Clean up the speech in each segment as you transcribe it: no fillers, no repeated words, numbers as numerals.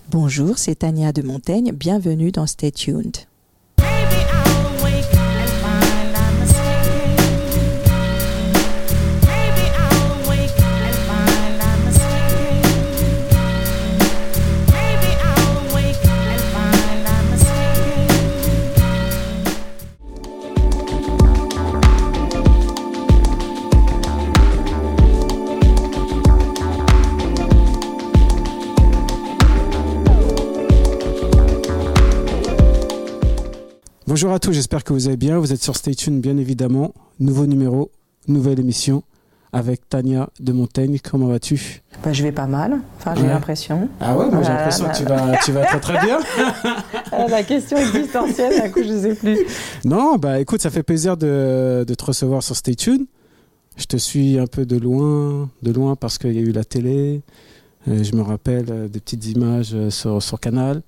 Bonjour, c'est Tania de Montaigne. Bienvenue dans Stay Tuned. Bonjour à tous, j'espère que vous allez bien. Vous êtes sur Stay Tuned, bien évidemment. Nouveau numéro, nouvelle émission avec Tania de Montaigne. Comment vas-tu ? Je vais pas mal, j'ai l'impression. Ah ouais, moi j'ai l'impression que tu vas très très bien. La question existentielle, d'un coup je ne sais plus. Non, écoute, ça fait plaisir de te recevoir sur Stay Tuned. Je te suis un peu de loin parce qu'il y a eu la télé. Je me rappelle des petites images sur Canal.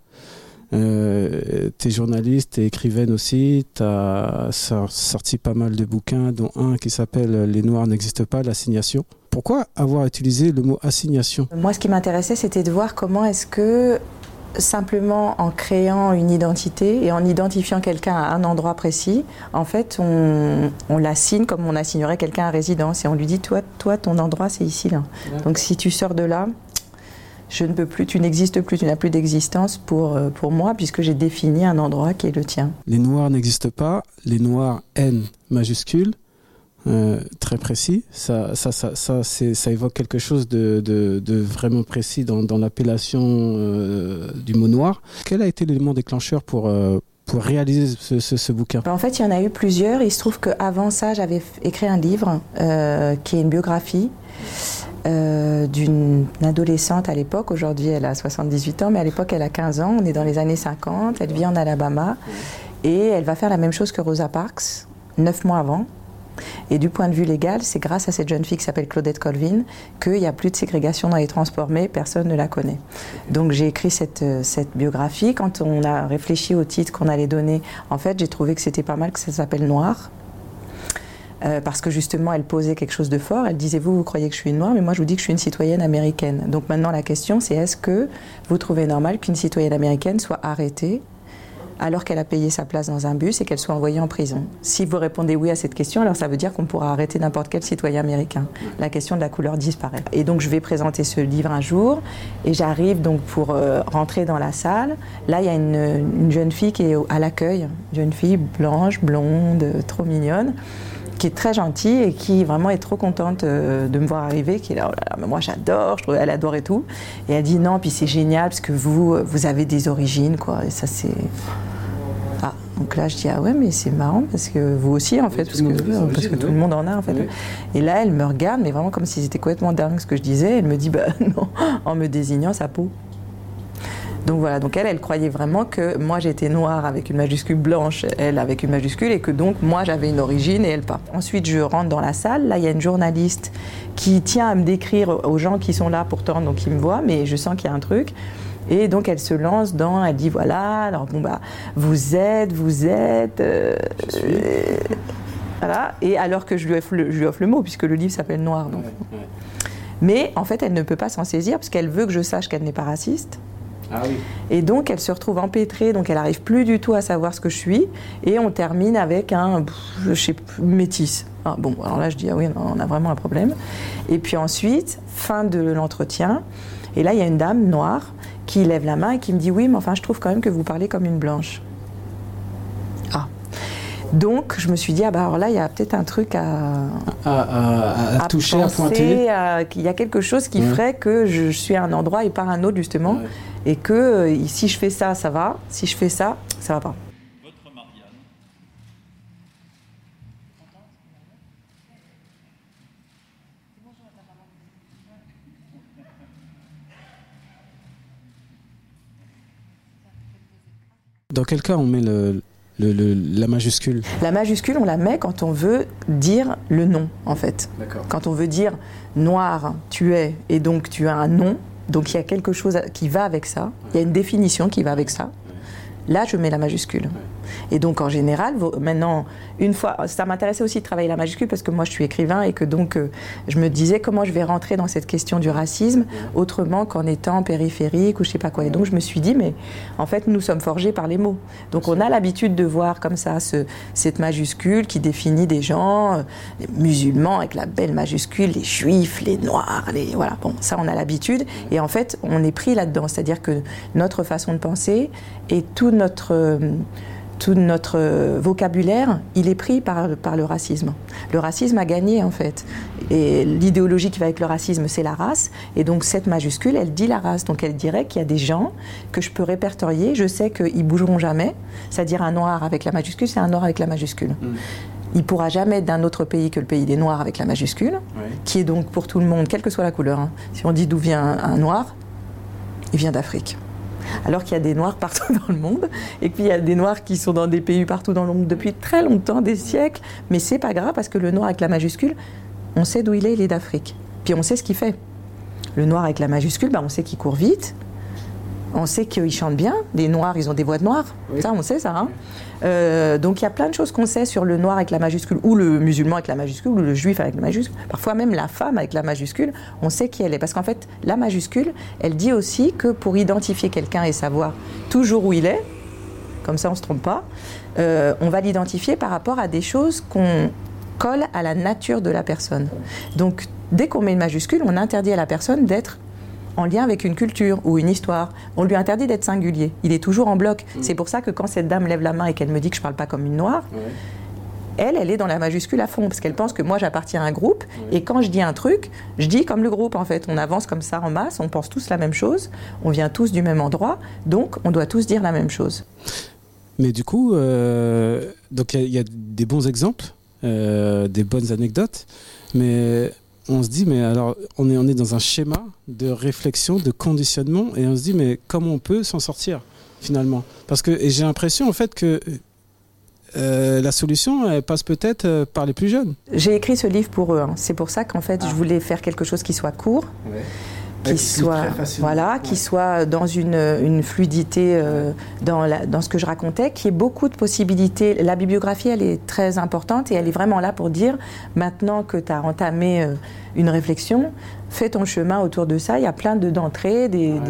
T'es journaliste, t'es écrivaine aussi, t'as sorti pas mal de bouquins, dont un qui s'appelle « Les Noirs n'existent pas », l'assignation. Pourquoi avoir utilisé le mot assignation ? Moi, ce qui m'intéressait, c'était de voir comment est-ce que, simplement en créant une identité et en identifiant quelqu'un à un endroit précis, en fait, on l'assigne comme on assignerait quelqu'un à résidence et on lui dit « Toi, ton endroit, c'est ici, là. Donc, si tu sors de là, je ne peux plus, tu n'existes plus, tu n'as plus d'existence pour moi puisque j'ai défini un endroit qui est le tien. » Les Noirs n'existent pas, les Noirs N majuscule, très précis. Ça évoque quelque chose de vraiment précis dans l'appellation du mot noir. Quel a été l'élément déclencheur pour réaliser ce bouquin ? En fait, il y en a eu plusieurs. Il se trouve qu'avant ça, j'avais écrit un livre qui est une biographie d'une adolescente à l'époque. Aujourd'hui, elle a 78 ans, mais à l'époque, elle a 15 ans. On est dans les années 50. Elle vit en Alabama. Et elle va faire la même chose que Rosa Parks, 9 mois avant. Et du point de vue légal, c'est grâce à cette jeune fille qui s'appelle Claudette Colvin qu'il n'y a plus de ségrégation dans les transports, mais personne ne la connaît. Donc j'ai écrit cette biographie. Quand on a réfléchi au titre qu'on allait donner, en fait, j'ai trouvé que c'était pas mal que ça s'appelle Noir. Parce que justement, elle posait quelque chose de fort. Elle disait, vous croyez que je suis une noire, mais moi je vous dis que je suis une citoyenne américaine. Donc maintenant la question c'est, est-ce que vous trouvez normal qu'une citoyenne américaine soit arrêtée alors qu'elle a payé sa place dans un bus et qu'elle soit envoyée en prison? Si vous répondez oui à cette question, alors ça veut dire qu'on pourra arrêter n'importe quel citoyen américain. La question de la couleur disparaît. Et donc je vais présenter ce livre un jour et j'arrive donc pour rentrer dans la salle. Là il y a une jeune fille qui est à l'accueil, une jeune fille blanche, blonde, trop mignonne, qui est très gentille et qui vraiment est trop contente de me voir arriver, qui est là, oh là là, mais moi j'adore, je trouve, elle adore et tout. Et elle dit non, puis c'est génial parce que vous avez des origines, quoi. Et ça c'est... Ah, donc là je dis ah ouais, mais c'est marrant parce que vous aussi en fait, parce que tout le monde en a en fait. Oui. Et là elle me regarde, mais vraiment comme si c'était complètement dingue ce que je disais. Elle me dit non, en me désignant sa peau. Donc voilà, donc elle croyait vraiment que moi j'étais noire avec une majuscule, blanche, elle avec une majuscule, et que donc moi j'avais une origine et elle pas. Ensuite je rentre dans la salle, là il y a une journaliste qui tient à me décrire aux gens qui sont là pourtant, donc ils me voient, mais je sens qu'il y a un truc. Et donc elle se lance elle dit voilà, alors vous êtes, voilà, et alors que je lui offre le mot, puisque le livre s'appelle Noir. Donc. Ouais. Mais en fait elle ne peut pas s'en saisir, parce qu'elle veut que je sache qu'elle n'est pas raciste. Ah oui. Et donc elle se retrouve empêtrée, donc elle n'arrive plus du tout à savoir ce que je suis, et on termine avec métis. Ah, bon, alors là je dis ah oui, on a vraiment un problème. Et puis ensuite, fin de l'entretien, et là il y a une dame noire qui lève la main et qui me dit oui, mais enfin je trouve quand même que vous parlez comme une blanche. Ah. Donc je me suis dit alors là il y a peut-être un truc à toucher, penser, à pointer. Il y a quelque chose qui ferait que je suis à un endroit et pas à un autre justement. Ouais. Et que si je fais ça, ça va. Si je fais ça, ça va pas. Votre Marianne. Dans quel cas on met la majuscule ? La majuscule, on la met quand on veut dire le nom, en fait. D'accord. Quand on veut dire noir, tu es, et donc tu as un nom. Donc il y a quelque chose qui va avec ça, il y a une définition qui va avec ça. Là, je mets la majuscule. Et donc en général, maintenant, une fois, ça m'intéressait aussi de travailler la majuscule parce que moi je suis écrivain et que donc je me disais comment je vais rentrer dans cette question du racisme autrement qu'en étant périphérique ou je sais pas quoi. Et donc je me suis dit, mais en fait nous sommes forgés par les mots. Donc on a l'habitude de voir comme ça cette majuscule qui définit des gens, les musulmans avec la belle majuscule, les juifs, les noirs, voilà. Bon, ça on a l'habitude et en fait on est pris là-dedans. C'est-à-dire que notre façon de penser et tout notre vocabulaire, il est pris par le racisme. Le racisme a gagné, en fait. Et l'idéologie qui va avec le racisme, c'est la race. Et donc, cette majuscule, elle dit la race. Donc, elle dirait qu'il y a des gens que je peux répertorier. Je sais qu'ils bougeront jamais. C'est-à-dire, un noir avec la majuscule, c'est un noir avec la majuscule. Il ne pourra jamais être d'un autre pays que le pays des noirs avec la majuscule, qui est donc pour tout le monde, quelle que soit la couleur. Hein. Si on dit d'où vient un noir, il vient d'Afrique. Alors qu'il y a des noirs partout dans le monde, et puis il y a des noirs qui sont dans des pays partout dans le monde depuis très longtemps, des siècles, mais c'est pas grave parce que le noir avec la majuscule, on sait d'où il est d'Afrique. Puis on sait ce qu'il fait. Le noir avec la majuscule, on sait qu'il court vite, on sait qu'il chante bien, les noirs ils ont des voix de noirs, ça on sait ça. Hein. Donc il y a plein de choses qu'on sait sur le noir avec la majuscule, ou le musulman avec la majuscule, ou le juif avec la majuscule, parfois même la femme avec la majuscule, on sait qui elle est. Parce qu'en fait, la majuscule, elle dit aussi que pour identifier quelqu'un et savoir toujours où il est, comme ça on ne se trompe pas, on va l'identifier par rapport à des choses qu'on colle à la nature de la personne. Donc dès qu'on met une majuscule, on interdit à la personne d'être en lien avec une culture ou une histoire. On lui interdit d'être singulier. Il est toujours en bloc. C'est pour ça que quand cette dame lève la main et qu'elle me dit que je ne parle pas comme une noire, elle est dans la majuscule à fond, parce qu'elle pense que moi j'appartiens à un groupe, et quand je dis un truc, je dis comme le groupe en fait. On avance comme ça en masse, on pense tous la même chose, on vient tous du même endroit, donc on doit tous dire la même chose. Mais du coup, donc il y a des bons exemples, des bonnes anecdotes, mais on se dit, mais alors, on est dans un schéma de réflexion, de conditionnement, et on se dit, mais comment on peut s'en sortir, finalement ? Parce que j'ai l'impression, en fait, que la solution, elle passe peut-être par les plus jeunes. J'ai écrit ce livre pour eux. Hein. C'est pour ça qu'en fait, je voulais faire quelque chose qui soit court. Qui soit dans une fluidité dans ce que je racontais, qui ait beaucoup de possibilités. La bibliographie, elle est très importante et elle est vraiment là pour dire, maintenant que tu as entamé une réflexion, fais ton chemin autour de ça. Il y a plein d'entrées,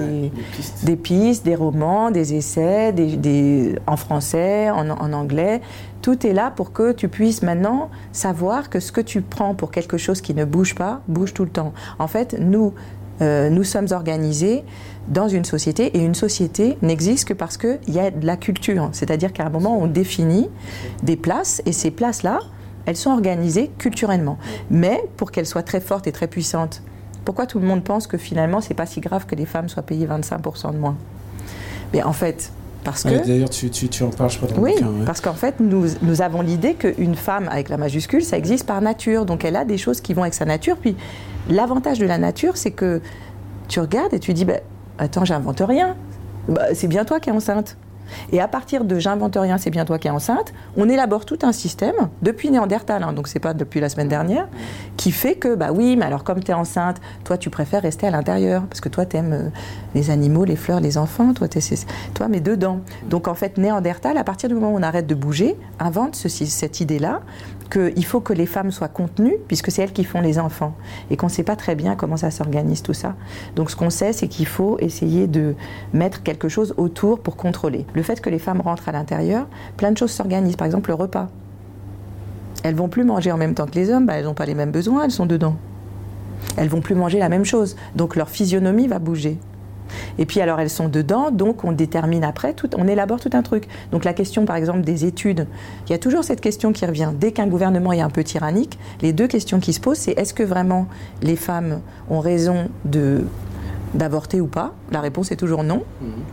des pistes, des romans, des essais, en français, en anglais. Tout est là pour que tu puisses maintenant savoir que ce que tu prends pour quelque chose qui ne bouge pas, bouge tout le temps. En fait, nous sommes organisés dans une société, et une société n'existe que parce qu'il y a de la culture. C'est-à-dire qu'à un moment, on définit des places, et ces places-là, elles sont organisées culturellement. Mais pour qu'elles soient très fortes et très puissantes, pourquoi tout le monde pense que finalement, c'est pas si grave que les femmes soient payées 25% de moins ? Mais en fait, parce que... D'ailleurs, tu en parles, je crois, dans le bouquin. Oui, parce qu'en fait, nous avons l'idée qu'une femme avec la majuscule, ça existe par nature. Donc elle a des choses qui vont avec sa nature. Puis l'avantage de la nature, c'est que tu regardes et tu dis, attends, j'invente rien. C'est bien toi qui es enceinte. Et à partir de j'invente rien, c'est bien toi qui es enceinte, on élabore tout un système, depuis Néandertal, donc c'est pas depuis la semaine dernière, qui fait que, oui, mais alors comme tu es enceinte, toi tu préfères rester à l'intérieur, parce que toi tu aimes les animaux, les fleurs, les enfants, toi mais dedans. Donc en fait, Néandertal, à partir du moment où on arrête de bouger, invente cette idée-là, qu'il faut que les femmes soient contenues, puisque c'est elles qui font les enfants, et qu'on ne sait pas très bien comment ça s'organise tout ça. Donc ce qu'on sait, c'est qu'il faut essayer de mettre quelque chose autour pour contrôler. Le fait que les femmes rentrent à l'intérieur, plein de choses s'organisent, par exemple le repas. Elles ne vont plus manger en même temps que les hommes, elles n'ont pas les mêmes besoins, elles sont dedans. Elles ne vont plus manger la même chose, donc leur physionomie va bouger. Et puis alors elles sont dedans, donc on détermine après, on élabore tout un truc. Donc la question par exemple des études, il y a toujours cette question qui revient. Dès qu'un gouvernement est un peu tyrannique, les deux questions qui se posent, c'est est-ce que vraiment les femmes ont raison d'avorter ou pas ? La réponse est toujours non.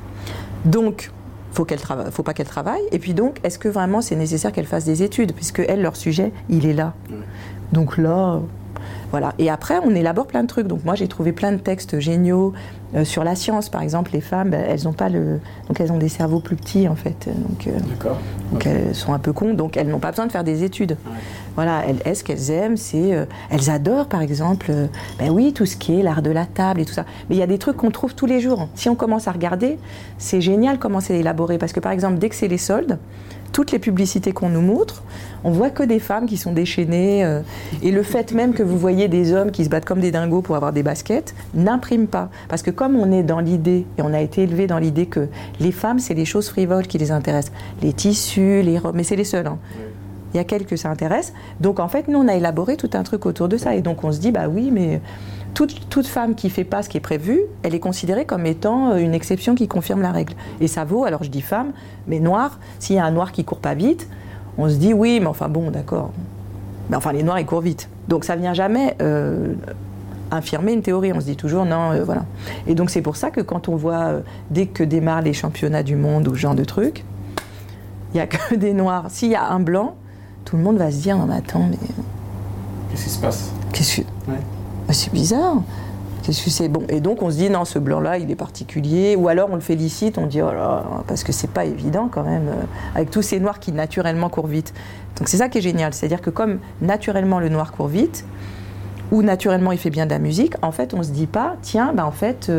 Donc, faut pas qu'elles travaillent. Et puis donc, est-ce que vraiment c'est nécessaire qu'elles fassent des études ? Puisque elles, leur sujet, il est là. Donc là... Voilà. Et après, on élabore plein de trucs. Donc moi, j'ai trouvé plein de textes géniaux sur la science. Par exemple, les femmes, elles ont pas donc elles ont des cerveaux plus petits en fait. Donc elles sont un peu cons. Donc elles n'ont pas besoin de faire des études. Ouais. Voilà. Elles, ce qu'elles aiment, c'est elles adorent par exemple, tout ce qui est l'art de la table et tout ça. Mais il y a des trucs qu'on trouve tous les jours. Si on commence à regarder, c'est génial comment c'est élaboré. Parce que par exemple, dès que c'est les soldes, toutes les publicités qu'on nous montre, on voit que des femmes qui sont déchaînées. Et le fait même que vous voyez des hommes qui se battent comme des dingos pour avoir des baskets n'imprime pas. Parce que comme on est dans l'idée, et on a été élevé dans l'idée que les femmes, c'est les choses frivoles qui les intéressent. Les tissus, les robes, mais c'est les seuls. Hein. Il y a quelques que ça intéresse. Donc en fait, nous, on a élaboré tout un truc autour de ça. Et donc on se dit, bah oui, mais toute femme qui ne fait pas ce qui est prévu, elle est considérée comme étant une exception qui confirme la règle. Et ça vaut, alors je dis femme, mais noir, s'il y a un noir qui ne court pas vite, on se dit oui, mais enfin bon, d'accord. Mais enfin, les noirs, ils courent vite. Donc ça ne vient jamais infirmer une théorie. On se dit toujours non, voilà. Et donc c'est pour ça que quand on voit, dès que démarrent les championnats du monde ou ce genre de trucs, il n'y a que des noirs. S'il y a un blanc, tout le monde va se dire non mais attends, mais qu'est-ce qui se passe? C'est bizarre. Qu'est-ce que c'est bon? Et donc on se dit non, ce blanc-là, il est particulier. Ou alors on le félicite, on dit oh là, parce que c'est pas évident quand même, avec tous ces noirs qui naturellement courent vite. Donc c'est ça qui est génial, c'est-à-dire que comme naturellement le noir court vite, ou naturellement il fait bien de la musique, en fait on se dit pas tiens, bah en fait,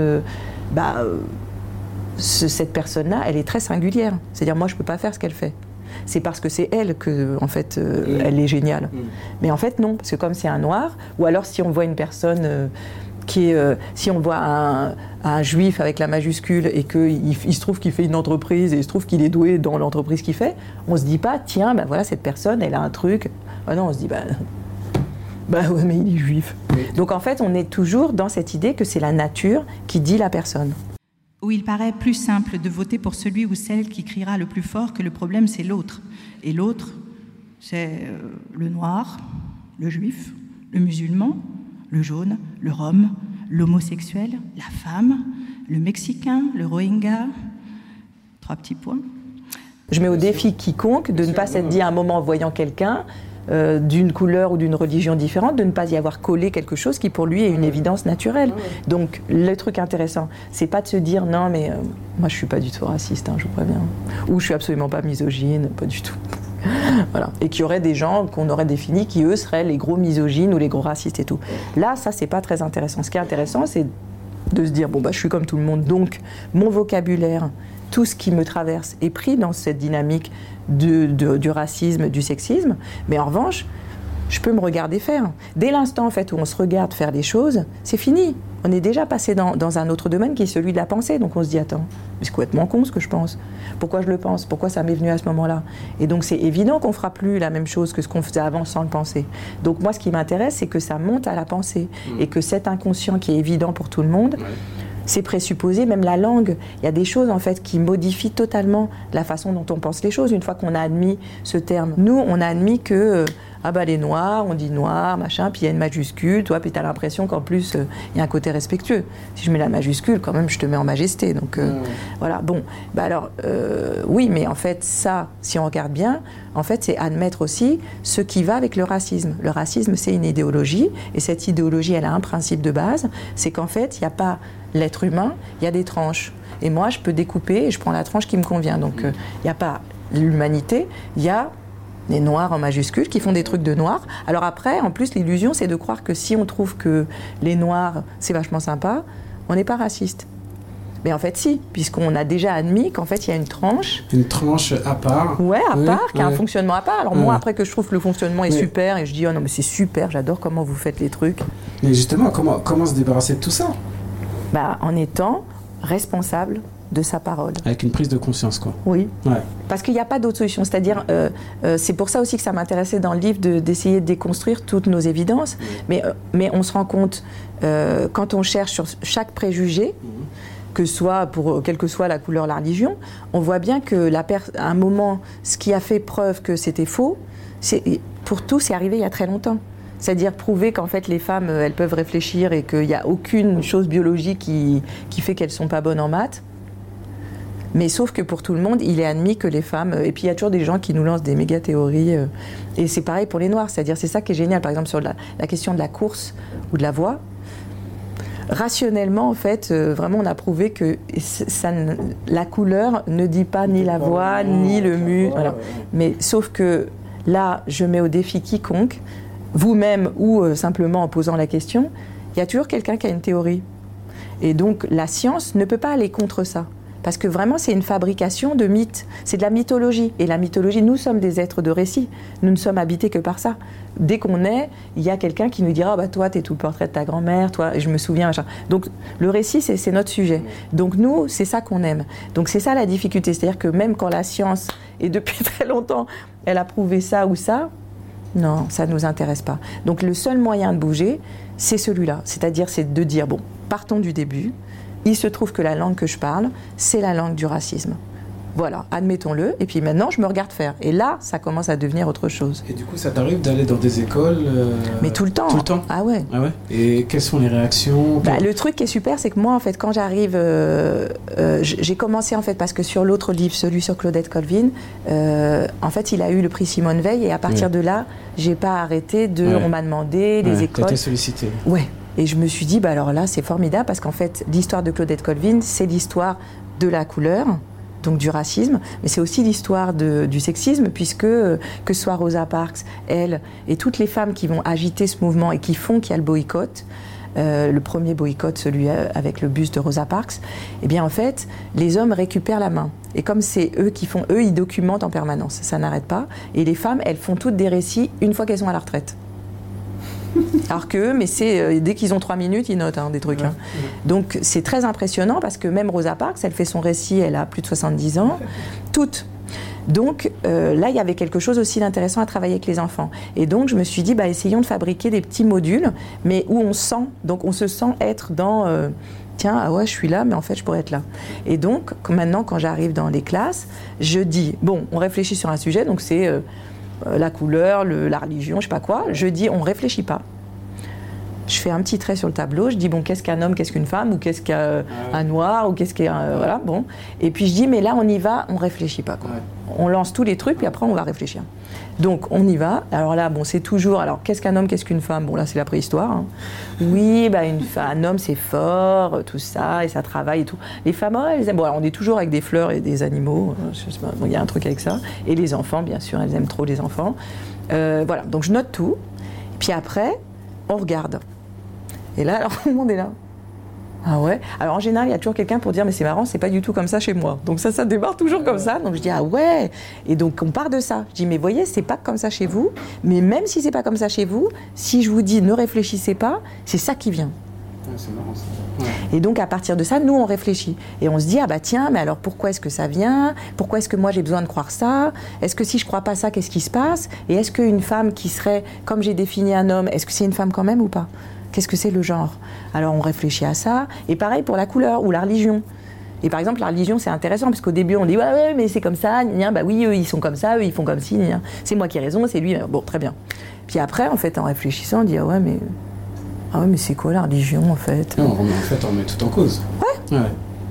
cette personne-là, elle est très singulière. C'est-à-dire moi je peux pas faire ce qu'elle fait. C'est parce que c'est elle que, en fait, elle est géniale. Mais en fait, non, parce que comme c'est un noir, ou alors si on voit une personne qui est, si on voit un juif avec la majuscule et qu'il se trouve qu'il fait une entreprise et il se trouve qu'il est doué dans l'entreprise qu'il fait, on se dit pas, tiens, ben voilà, cette personne, elle a un truc. Ah non, on se dit, bah ouais, mais il est juif. Donc en fait, on est toujours dans cette idée que c'est la nature qui dit la personne. Où il paraît plus simple de voter pour celui ou celle qui criera le plus fort que le problème, c'est l'autre. Et l'autre, c'est le noir, le juif, le musulman, le jaune, le rome, l'homosexuel, la femme, le mexicain, le rohingya. 3 petits points. Je mets au défi quiconque de ne pas s'être dit à un moment en voyant quelqu'un d'une couleur ou d'une religion différente, de ne pas y avoir collé quelque chose qui pour lui est une évidence naturelle. Donc le truc intéressant, c'est pas de se dire non mais moi je suis pas du tout raciste, hein, je vous préviens, ou je suis absolument pas misogyne, pas du tout. Voilà. Et qu'il y aurait des gens qu'on aurait définis qui eux seraient les gros misogynes ou les gros racistes et tout. Là ça c'est pas très intéressant. Ce qui est intéressant c'est de se dire bon bah je suis comme tout le monde, donc mon vocabulaire, tout ce qui me traverse est pris dans cette dynamique du racisme, du sexisme, mais en revanche, je peux me regarder faire. Dès l'instant en fait, où on se regarde faire des choses, c'est fini. On est déjà passé dans un autre domaine qui est celui de la pensée, donc on se dit attends, mais c'est complètement con ce que je pense. Pourquoi je le pense? Pourquoi ça m'est venu à ce moment-là? Et donc c'est évident qu'on ne fera plus la même chose que ce qu'on faisait avant sans le penser. Donc moi ce qui m'intéresse, c'est que ça monte à la pensée et que cet inconscient qui est évident pour tout le monde, c'est présupposé, même la langue. Il y a des choses en fait qui modifient totalement la façon dont on pense les choses une fois qu'on a admis ce terme. Nous, on a admis que les noirs, on dit noir, machin, puis il y a une majuscule, toi, puis tu as l'impression qu'en plus il y a un côté respectueux. Si je mets la majuscule, quand même, je te mets en majesté. Donc voilà, bon. Oui, mais en fait, ça, si on regarde bien, en fait, c'est admettre aussi ce qui va avec le racisme. Le racisme, c'est une idéologie, et cette idéologie, elle a un principe de base, c'est qu'en fait, il n'y a pas l'être humain, il y a des tranches. Et moi, je peux découper et je prends la tranche qui me convient. Donc, il n'y a pas l'humanité, il y a les noirs en majuscule qui font des trucs de noirs. Alors après, en plus, l'illusion, c'est de croire que si on trouve que les noirs, c'est vachement sympa, on n'est pas raciste. Mais en fait, si, puisqu'on a déjà admis qu'en fait, il y a une tranche. Une tranche à part. Ouais, à part, qui a un fonctionnement à part. Alors moi, après que je trouve que le fonctionnement est super, et je dis, oh non, mais c'est super, j'adore comment vous faites les trucs. Mais justement, comment se débarrasser de tout ça? En étant responsable de sa parole. Avec une prise de conscience, quoi. Oui. Ouais. Parce qu'il n'y a pas d'autre solution. C'est-à-dire, c'est pour ça aussi que ça m'intéressait dans le livre d'essayer de déconstruire toutes nos évidences. Mais on se rend compte, quand on cherche sur chaque préjugé, que ce soit pour quelle que soit la couleur, la religion, on voit bien que à un moment, ce qui a fait preuve que c'était faux, pour tout, c'est arrivé il y a très longtemps. C'est-à-dire prouver qu'en fait les femmes, elles peuvent réfléchir et qu'il n'y a aucune chose biologique qui fait qu'elles ne sont pas bonnes en maths. Mais sauf que pour tout le monde, il est admis que les femmes... Et puis il y a toujours des gens qui nous lancent des méga théories. Et c'est pareil pour les noirs. C'est-à-dire c'est ça qui est génial. Par exemple sur la question de la course ou de la voix. Rationnellement, en fait, vraiment on a prouvé que la couleur ne dit pas ni la voix, ni le muscle. Voilà. Mais sauf que là, je mets au défi quiconque, vous-même ou simplement en posant la question, il y a toujours quelqu'un qui a une théorie. Et donc la science ne peut pas aller contre ça. Parce que vraiment, c'est une fabrication de mythes. C'est de la mythologie. Et la mythologie, nous sommes des êtres de récit. Nous ne sommes habités que par ça. Dès qu'on est, il y a quelqu'un qui nous dira « toi, t'es tout le portrait de ta grand-mère, toi, et je me souviens, machin. » Donc, le récit, c'est notre sujet. Donc, nous, c'est ça qu'on aime. Donc, c'est ça la difficulté. C'est-à-dire que même quand la science, et depuis très longtemps, elle a prouvé ça ou ça, non, ça ne nous intéresse pas. Donc, le seul moyen de bouger, c'est celui-là. C'est-à-dire, c'est de dire « bon, partons du début. Il se trouve que la langue que je parle, c'est la langue du racisme. Voilà, admettons-le. Et puis maintenant, je me regarde faire. Et là, ça commence à devenir autre chose. Et du coup, ça t'arrive d'aller dans des écoles Mais tout le temps. Tout le temps. Ah ouais. Ah ouais. Et quelles sont les réactions? Le truc qui est super, c'est que moi, en fait, quand j'arrive, j'ai commencé, en fait, parce que sur l'autre livre, celui sur Claudette Colvin, en fait, il a eu le prix Simone Veil. Et à partir de là, j'ai pas arrêté de... On m'a demandé, les écoles... T'étais sollicitée. Ouais. Et je me suis dit, alors là, c'est formidable, parce qu'en fait, l'histoire de Claudette Colvin, c'est l'histoire de la couleur, donc du racisme, mais c'est aussi l'histoire du sexisme, puisque que ce soit Rosa Parks, elle, et toutes les femmes qui vont agiter ce mouvement et qui font qu'il y a le boycott, le premier boycott, celui avec le buste de Rosa Parks, eh bien en fait, les hommes récupèrent la main. Et comme c'est eux qui font, eux, ils documentent en permanence, ça n'arrête pas. Et les femmes, elles font toutes des récits une fois qu'elles sont à la retraite. Alors que mais c'est dès qu'ils ont 3 minutes, ils notent des trucs. Donc c'est très impressionnant parce que même Rosa Parks, elle fait son récit, elle a plus de 70 ans, toutes. Donc là, il y avait quelque chose aussi d'intéressant à travailler avec les enfants. Et donc je me suis dit, essayons de fabriquer des petits modules, mais où on sent, donc on se sent être dans tiens, ah ouais, je suis là, mais en fait, je pourrais être là. Et donc maintenant, quand j'arrive dans les classes, je dis, bon, on réfléchit sur un sujet, donc c'est la couleur, la religion, je sais pas quoi. Je dis, on réfléchit pas. Je fais un petit trait sur le tableau, je dis, bon, qu'est-ce qu'un homme, qu'est-ce qu'une femme, ou qu'est-ce qu'un noir, ou qu'est-ce qu'un... voilà, bon. Et puis je dis, mais là, on y va, on réfléchit pas, quoi. On lance tous les trucs, puis après, on va réfléchir. Donc, on y va. Alors là, bon, c'est toujours... Alors, qu'est-ce qu'un homme, qu'est-ce qu'une femme? Bon, là, c'est la préhistoire. Oui, un homme, c'est fort, tout ça, et ça travaille et tout. Les femmes, elles aiment... Bon, alors, on est toujours avec des fleurs et des animaux. Je sais pas, bon, y a un truc avec ça. Et les enfants, bien sûr, elles aiment trop les enfants. Voilà, donc je note tout. Puis après, on regarde. Et là, alors, tout le monde est là. Ah ouais. Alors en général, il y a toujours quelqu'un pour dire mais c'est marrant, c'est pas du tout comme ça chez moi. Donc ça démarre toujours comme ça. Donc je dis ah ouais. Et donc on part de ça. Je dis mais voyez, c'est pas comme ça chez vous. Mais même si c'est pas comme ça chez vous, si je vous dis ne réfléchissez pas, c'est ça qui vient. Ouais, c'est marrant ça. Ouais. Et donc à partir de ça, nous on réfléchit et on se dit ah bah tiens, mais alors pourquoi est-ce que ça vient? Pourquoi est-ce que moi j'ai besoin de croire ça? Est-ce que si je crois pas ça, qu'est-ce qui se passe? Et est-ce qu'une femme qui serait comme j'ai défini un homme, est-ce que c'est une femme quand même ou pas? Qu'est-ce que c'est le genre? Alors on réfléchit à ça. Et pareil pour la couleur ou la religion. Et par exemple, la religion, c'est intéressant, parce qu'au début, on dit ouais, mais c'est comme ça, bah oui, eux, ils sont comme ça, eux, ils font comme ci, c'est moi qui ai raison, c'est lui, bon, très bien. Puis après, en fait, en réfléchissant, on dit ah ouais, mais c'est quoi la religion, en fait? Non, en fait, on met tout en cause. Ouais.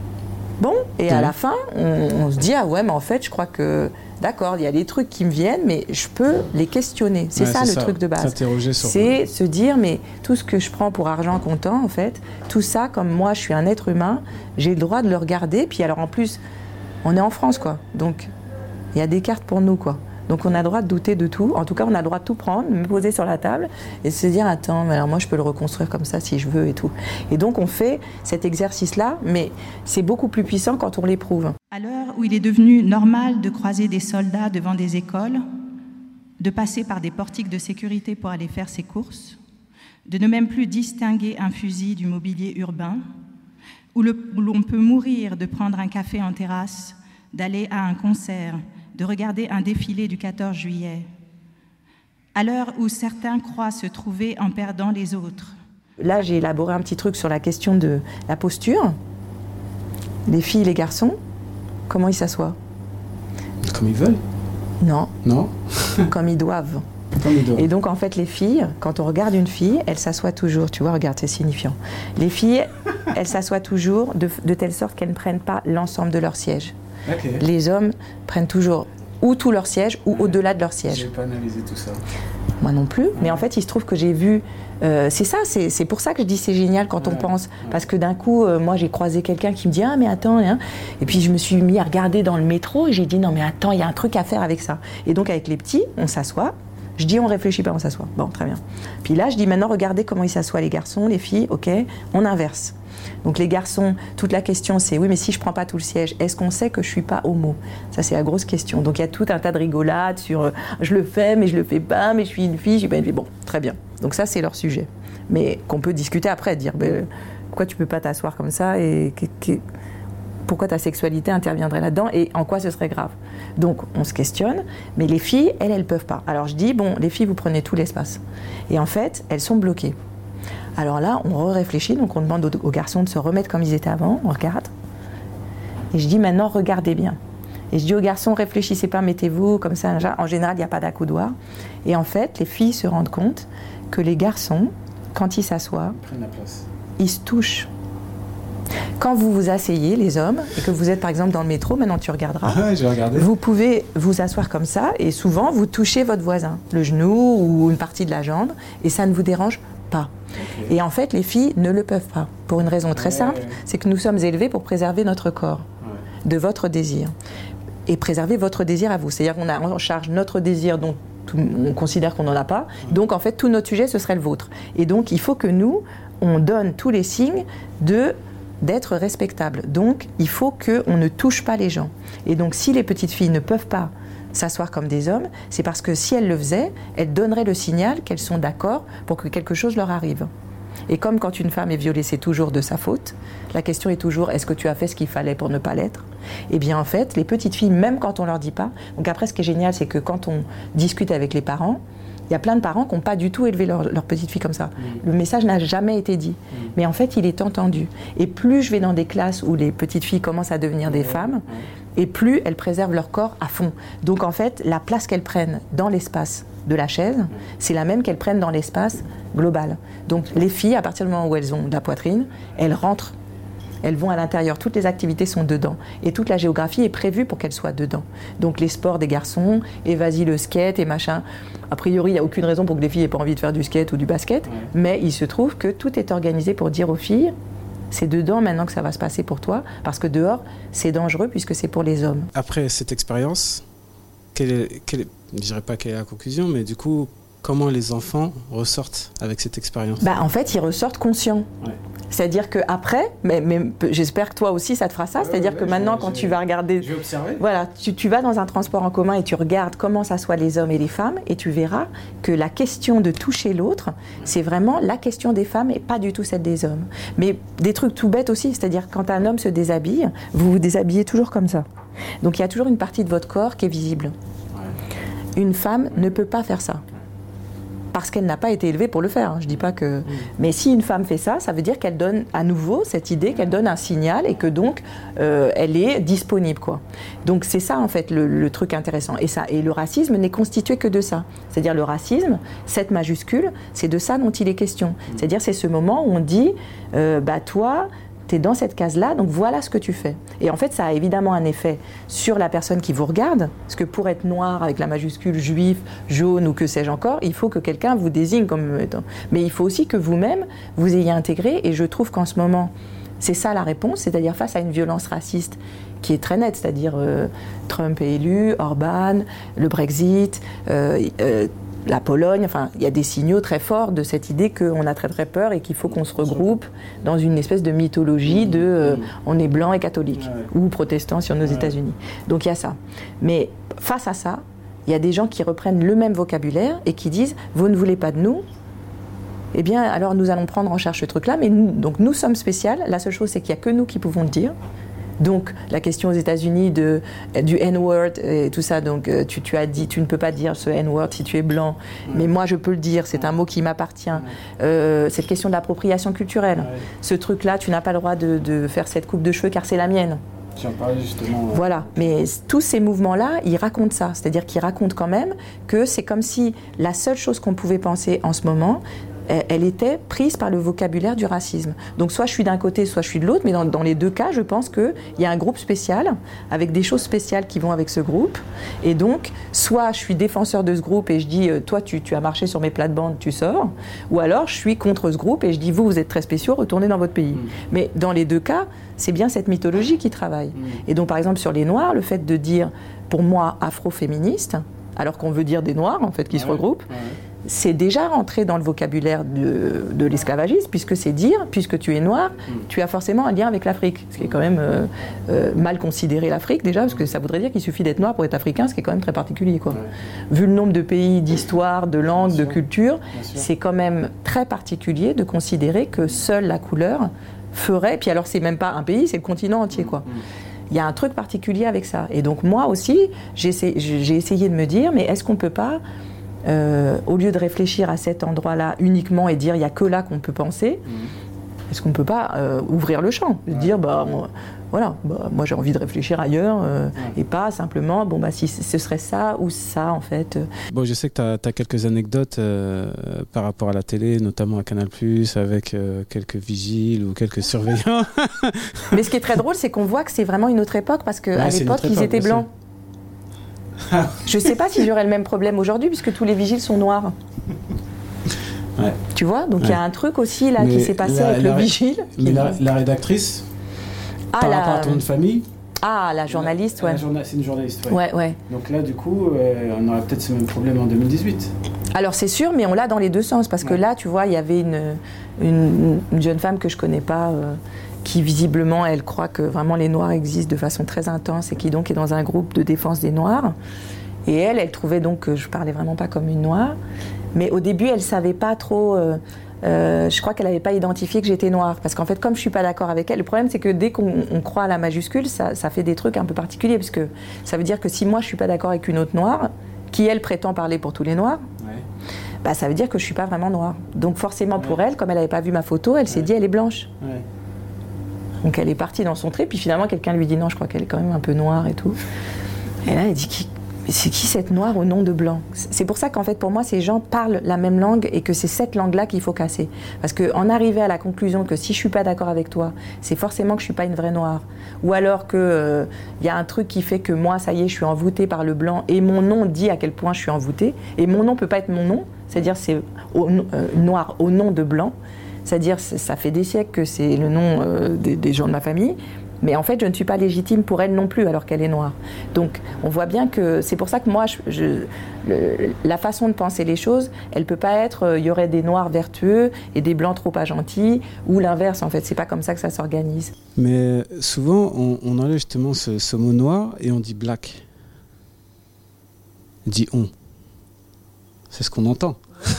Bon, et à la fin, on se dit ah ouais, mais en fait, je crois que d'accord, il y a des trucs qui me viennent, mais je peux les questionner. C'est ça le truc de base. S'interroger sur... C'est se dire, mais tout ce que je prends pour argent comptant, en fait, tout ça, comme moi, je suis un être humain, j'ai le droit de le regarder. Puis alors, en plus, on est en France, quoi. Donc, il y a des cartes pour nous, quoi. Donc, on a le droit de douter de tout. En tout cas, on a le droit de tout prendre, me poser sur la table et se dire, attends, mais alors moi, je peux le reconstruire comme ça si je veux et tout. Et donc, on fait cet exercice-là, mais c'est beaucoup plus puissant quand on l'éprouve. À l'heure où il est devenu normal de croiser des soldats devant des écoles, de passer par des portiques de sécurité pour aller faire ses courses, de ne même plus distinguer un fusil du mobilier urbain, où l'on peut mourir de prendre un café en terrasse, d'aller à un concert, de regarder un défilé du 14 juillet. À l'heure où certains croient se trouver en perdant les autres. Là, j'ai élaboré un petit truc sur la question de la posture. Les filles et les garçons, comment ils s'assoient? Comme ils veulent? Non. Non. Comme ils doivent. Comme ils doivent. Et donc, en fait, les filles, quand on regarde une fille, elle s'assoit toujours. Tu vois, regarde, c'est signifiant. Les filles, elles s'assoient toujours de telle sorte qu'elles ne prennent pas l'ensemble de leur siège. Okay. Les hommes prennent toujours ou tout leur siège ou au-delà de leur siège. Je n'ai pas analysé tout ça. Moi non plus, mais en fait, il se trouve que j'ai vu... c'est ça, c'est pour ça que je dis c'est génial quand on pense. Parce que d'un coup, moi, j'ai croisé quelqu'un qui me dit « Ah, mais attends... Hein. » Et puis, je me suis mis à regarder dans le métro et j'ai dit « Non, mais attends, il y a un truc à faire avec ça. » Et donc, avec les petits, on s'assoit. Je dis on réfléchit pas, on s'assoit. Bon, très bien. Puis là, je dis maintenant regardez comment ils s'assoient les garçons, les filles, ok, on inverse. Donc les garçons, toute la question c'est oui mais si je prends pas tout le siège, est-ce qu'on sait que je suis pas homo? Ça c'est la grosse question. Donc il y a tout un tas de rigolades sur je le fais mais je le fais pas, mais je suis une fille, je suis pas une fille. Bon, très bien. Donc ça c'est leur sujet. Mais qu'on peut discuter après, dire pourquoi tu peux pas t'asseoir comme ça et pourquoi ta sexualité interviendrait là-dedans et en quoi ce serait grave. Donc on se questionne, mais les filles, elles peuvent pas. Alors je dis, bon, les filles, vous prenez tout l'espace. Et en fait, elles sont bloquées. Alors là, on réfléchit, donc on demande aux garçons de se remettre comme ils étaient avant, on regarde. Et je dis maintenant, regardez bien. Et je dis aux garçons, réfléchissez pas, mettez-vous comme ça. En général, il n'y a pas d'accoudoir. Et en fait, les filles se rendent compte que les garçons, quand ils s'assoient, ils se touchent. Quand vous vous asseyez, les hommes, et que vous êtes par exemple dans le métro, maintenant tu regarderas, vous pouvez vous asseoir comme ça, et souvent vous touchez votre voisin, le genou ou une partie de la jambe, et ça ne vous dérange pas. Okay. Et en fait, les filles ne le peuvent pas, pour une raison très simple, c'est que nous sommes élevés pour préserver notre corps, de votre désir, et préserver votre désir à vous. C'est-à-dire qu'on a en charge notre désir dont on considère qu'on n'en a pas, donc en fait tout notre sujet ce serait le vôtre. Et donc il faut que nous, on donne tous les signes d'être respectable. Donc, il faut qu'on ne touche pas les gens. Et donc, si les petites filles ne peuvent pas s'asseoir comme des hommes, c'est parce que si elles le faisaient, elles donneraient le signal qu'elles sont d'accord pour que quelque chose leur arrive. Et comme quand une femme est violée, c'est toujours de sa faute, la question est toujours, est-ce que tu as fait ce qu'il fallait pour ne pas l'être? Eh bien, en fait, les petites filles, même quand on leur dit pas, donc après, ce qui est génial, c'est que quand on discute avec les parents, il y a plein de parents qui n'ont pas du tout élevé leur petite fille comme ça. Le message n'a jamais été dit. Mais en fait, il est entendu. Et plus je vais dans des classes où les petites filles commencent à devenir des femmes, et plus elles préservent leur corps à fond. Donc en fait, la place qu'elles prennent dans l'espace de la chaise, c'est la même qu'elles prennent dans l'espace global. Donc les filles, à partir du moment où elles ont de la poitrine, elles rentrent. Elles vont à l'intérieur, toutes les activités sont dedans. Et toute la géographie est prévue pour qu'elles soient dedans. Donc les sports des garçons, et vas-y le skate et machin. A priori, il n'y a aucune raison pour que les filles n'aient pas envie de faire du skate ou du basket. Mais il se trouve que tout est organisé pour dire aux filles, c'est dedans maintenant que ça va se passer pour toi. Parce que dehors, c'est dangereux puisque c'est pour les hommes. Après cette expérience, je ne dirais pas quelle est la conclusion, mais du coup, comment les enfants ressortent avec cette expérience? En fait, ils ressortent conscients. Ouais. C'est-à-dire qu'après, mais j'espère que toi aussi ça te fera ça, c'est-à-dire que maintenant quand tu vas regarder, je vais observer. Voilà, tu vas dans un transport en commun et tu regardes comment s'assoient les hommes et les femmes et tu verras que la question de toucher l'autre, c'est vraiment la question des femmes et pas du tout celle des hommes. Mais des trucs tout bêtes aussi, c'est-à-dire quand un homme se déshabille, vous vous déshabillez toujours comme ça. Donc il y a toujours une partie de votre corps qui est visible. Une femme ne peut pas faire ça. Parce qu'elle n'a pas été élevée pour le faire. Je dis pas que. Mais si une femme fait ça, ça veut dire qu'elle donne à nouveau cette idée, qu'elle donne un signal et que donc elle est disponible, quoi. Donc c'est ça en fait le truc intéressant. Et le racisme n'est constitué que de ça. C'est-à-dire le racisme, cette majuscule, c'est de ça dont il est question. C'est-à-dire c'est ce moment où on dit, toi, t'es dans cette case-là, donc voilà ce que tu fais. Et en fait, ça a évidemment un effet sur la personne qui vous regarde, parce que pour être noir avec la majuscule juif, jaune ou que sais-je encore, il faut que quelqu'un vous désigne comme étant. Mais il faut aussi que vous-même, vous ayez intégré, et je trouve qu'en ce moment, c'est ça la réponse, c'est-à-dire face à une violence raciste qui est très nette, c'est-à-dire Trump est élu, Orban, le Brexit, la Pologne, enfin, il y a des signaux très forts de cette idée qu'on a très très peur et qu'il faut qu'on se regroupe dans une espèce de mythologie de on est blanc et catholique, ou protestant si on est aux États-Unis. Donc il y a ça. Mais face à ça, il y a des gens qui reprennent le même vocabulaire et qui disent « vous ne voulez pas de nous ?» Eh bien, alors nous allons prendre en charge ce truc-là, mais nous sommes spéciales. La seule chose, c'est qu'il n'y a que nous qui pouvons le dire. Donc, la question aux États-Unis du N-word et tout ça, donc tu as dit, tu ne peux pas dire ce N-word si tu es blanc, mais moi je peux le dire, c'est un mot qui m'appartient. Cette question de l'appropriation culturelle, ce truc-là, tu n'as pas le droit de faire cette coupe de cheveux car c'est la mienne. J'en parlais justement. Voilà, mais tous ces mouvements-là, ils racontent ça, c'est-à-dire qu'ils racontent quand même que c'est comme si la seule chose qu'on pouvait penser en ce moment, elle était prise par le vocabulaire du racisme. Donc soit je suis d'un côté, soit je suis de l'autre, mais dans les deux cas, je pense qu'il y a un groupe spécial, avec des choses spéciales qui vont avec ce groupe, et donc, soit je suis défenseur de ce groupe et je dis, toi tu as marché sur mes plates-bandes, tu sors, ou alors je suis contre ce groupe et je dis, vous êtes très spéciaux, retournez dans votre pays. Mais dans les deux cas, c'est bien cette mythologie qui travaille. Et donc par exemple sur les Noirs, le fait de dire, pour moi, afro-féministe, alors qu'on veut dire des noirs, en fait, qui se regroupent, c'est déjà rentré dans le vocabulaire de l'esclavagisme, puisque c'est dire, puisque tu es noir, tu as forcément un lien avec l'Afrique. Ce qui est quand même mal considéré l'Afrique, déjà, parce que ça voudrait dire qu'il suffit d'être noir pour être africain, ce qui est quand même très particulier, quoi. Vu le nombre de pays, d'histoire, de langues, de culture, c'est quand même très particulier de considérer que seule la couleur ferait, puis alors c'est même pas un pays, c'est le continent entier, quoi. Il y a un truc particulier avec ça. Et donc moi aussi, j'ai essayé de me dire, mais est-ce qu'on peut pas, au lieu de réfléchir à cet endroit-là uniquement et dire il n'y a que là qu'on peut penser, est-ce qu'on ne peut pas ouvrir le champ, dire moi j'ai envie de réfléchir ailleurs et pas simplement si ce serait ça ou ça en fait. Bon, je sais que tu as quelques anecdotes par rapport à la télé, notamment à Canal+, avec quelques vigiles ou quelques surveillants. Mais ce qui est très drôle, c'est qu'on voit que c'est vraiment une autre époque parce qu'à l'époque ils étaient blancs. Je ne sais pas si j'aurais le même problème aujourd'hui puisque tous les vigiles sont noirs. Ouais. Tu vois, donc il y a un truc aussi là qui s'est passé avec le vigile. Mais la rédactrice, par rapport à ton nom de famille. Ah, la journaliste, ouais. C'est une journaliste, ouais. Donc là, du coup, on aurait peut-être ce même problème en 2018. Alors c'est sûr, mais on l'a dans les deux sens, parce que là, tu vois, il y avait une jeune femme que je connais pas, qui visiblement, elle croit que vraiment les Noirs existent de façon très intense et qui donc est dans un groupe de défense des Noirs. Et elle trouvait donc que je parlais vraiment pas comme une Noire. Mais au début, elle savait pas trop. Je crois qu'elle n'avait pas identifié que j'étais noire. Parce qu'en fait, comme je suis pas d'accord avec elle, le problème c'est que dès qu'on croit à la majuscule, ça fait des trucs un peu particuliers. Parce que ça veut dire que si moi je suis pas d'accord avec une autre noire, qui elle prétend parler pour tous les noirs, ça veut dire que je suis pas vraiment noire. Donc forcément pour elle, comme elle n'avait pas vu ma photo, elle s'est dit elle est blanche. Donc elle est partie dans son trip, puis finalement quelqu'un lui dit non, je crois qu'elle est quand même un peu noire et tout. Et là elle dit c'est qui cette noire au nom de blanc? C'est pour ça qu'en fait, pour moi, ces gens parlent la même langue et que c'est cette langue-là qu'il faut casser. Parce qu'en arriver à la conclusion que si je suis pas d'accord avec toi, c'est forcément que je suis pas une vraie noire. Ou alors que y a un truc qui fait que moi, ça y est, je suis envoûtée par le blanc et mon nom dit à quel point je suis envoûtée. Et mon nom peut pas être mon nom, c'est-à-dire c'est noir au nom de blanc. C'est-à-dire ça fait des siècles que c'est le nom des gens de ma famille. Mais en fait, je ne suis pas légitime pour elle non plus, alors qu'elle est noire. Donc, on voit bien que c'est pour ça que moi, la façon de penser les choses, elle ne peut pas être, il y aurait des noirs vertueux et des blancs trop pas gentils, ou l'inverse, en fait. C'est pas comme ça que ça s'organise. Mais souvent, on enlève justement ce mot noir et on dit black. On dit on. C'est ce qu'on entend.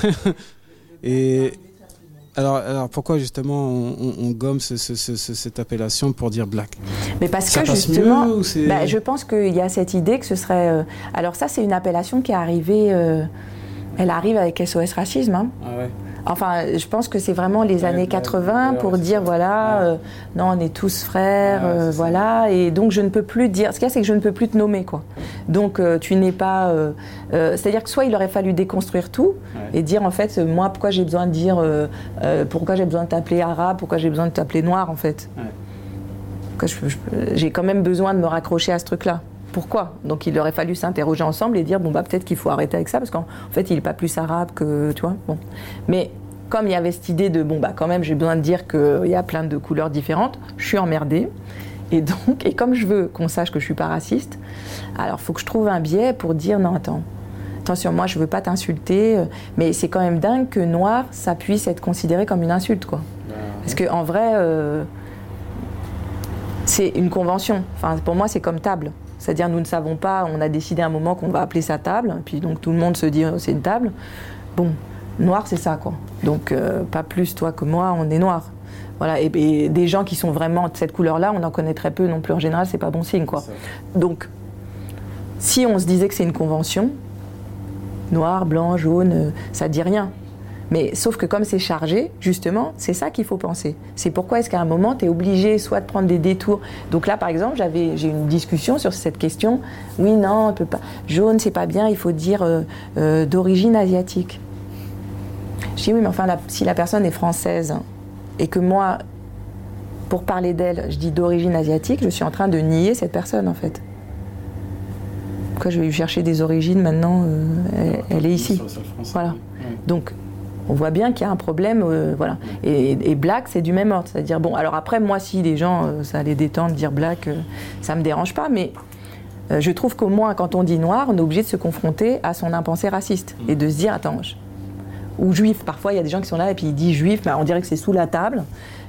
Et... Alors pourquoi justement on gomme cette appellation pour dire black? Mais parce que justement, je pense qu'il y a cette idée que ce serait... alors ça, c'est une appellation qui est arrivée... elle arrive avec SOS Racisme. Hein. Ah ouais. Enfin, je pense que c'est vraiment les années 80 pour dire, non, on est tous frères, voilà. Et donc, je ne peux plus dire... Ce qu'il y a, c'est que je ne peux plus te nommer, quoi. Donc, tu n'es pas... c'est-à-dire que soit il aurait fallu déconstruire tout et dire, en fait, moi, pourquoi j'ai besoin de dire... pourquoi j'ai besoin de t'appeler arabe, pourquoi j'ai besoin de t'appeler noir, en fait. J'ai quand même besoin de me raccrocher à ce truc-là. Pourquoi? Donc il aurait fallu s'interroger ensemble et dire peut-être qu'il faut arrêter avec ça parce qu'en fait il n'est pas plus arabe que tu vois. Bon. Mais comme il y avait cette idée de quand même j'ai besoin de dire qu'il y a plein de couleurs différentes, je suis emmerdée. Et comme je veux qu'on sache que je suis pas raciste, alors il faut que je trouve un biais pour dire non attention, moi je veux pas t'insulter, mais c'est quand même dingue que noir ça puisse être considéré comme une insulte quoi. Parce que en vrai c'est une convention. Enfin pour moi c'est comme table. C'est-à-dire, nous ne savons pas, on a décidé à un moment qu'on va appeler ça table, puis donc tout le monde se dit c'est une table. Bon, noir, c'est ça, quoi. Donc, pas plus toi que moi, on est noir. Voilà, et des gens qui sont vraiment de cette couleur-là, on en connaît très peu non plus. En général, c'est pas bon signe, quoi. Donc, si on se disait que c'est une convention, noir, blanc, jaune, ça dit rien. Mais sauf que comme c'est chargé, justement, c'est ça qu'il faut penser. C'est pourquoi est-ce qu'à un moment, tu es obligé soit de prendre des détours. Donc là, par exemple, j'ai une discussion sur cette question. Oui, non, on peut pas. Jaune, c'est pas bien, il faut dire d'origine asiatique. Je dis oui, mais enfin, si la personne est française et que moi, pour parler d'elle, je dis d'origine asiatique, je suis en train de nier cette personne, en fait. Pourquoi je vais lui chercher des origines maintenant elle est ici. Voilà. Donc, on voit bien qu'il y a un problème, voilà. Et black, c'est du même ordre. C'est-à-dire, bon, alors après, moi, si les gens, ça les détend de dire black, ça me dérange pas, mais Je trouve qu'au moins, quand on dit noir, on est obligé de se confronter à son impensé raciste et de se dire, attends, ou juif, parfois il y a des gens qui sont là et puis ils disent juif, mais on dirait que c'est sous la table,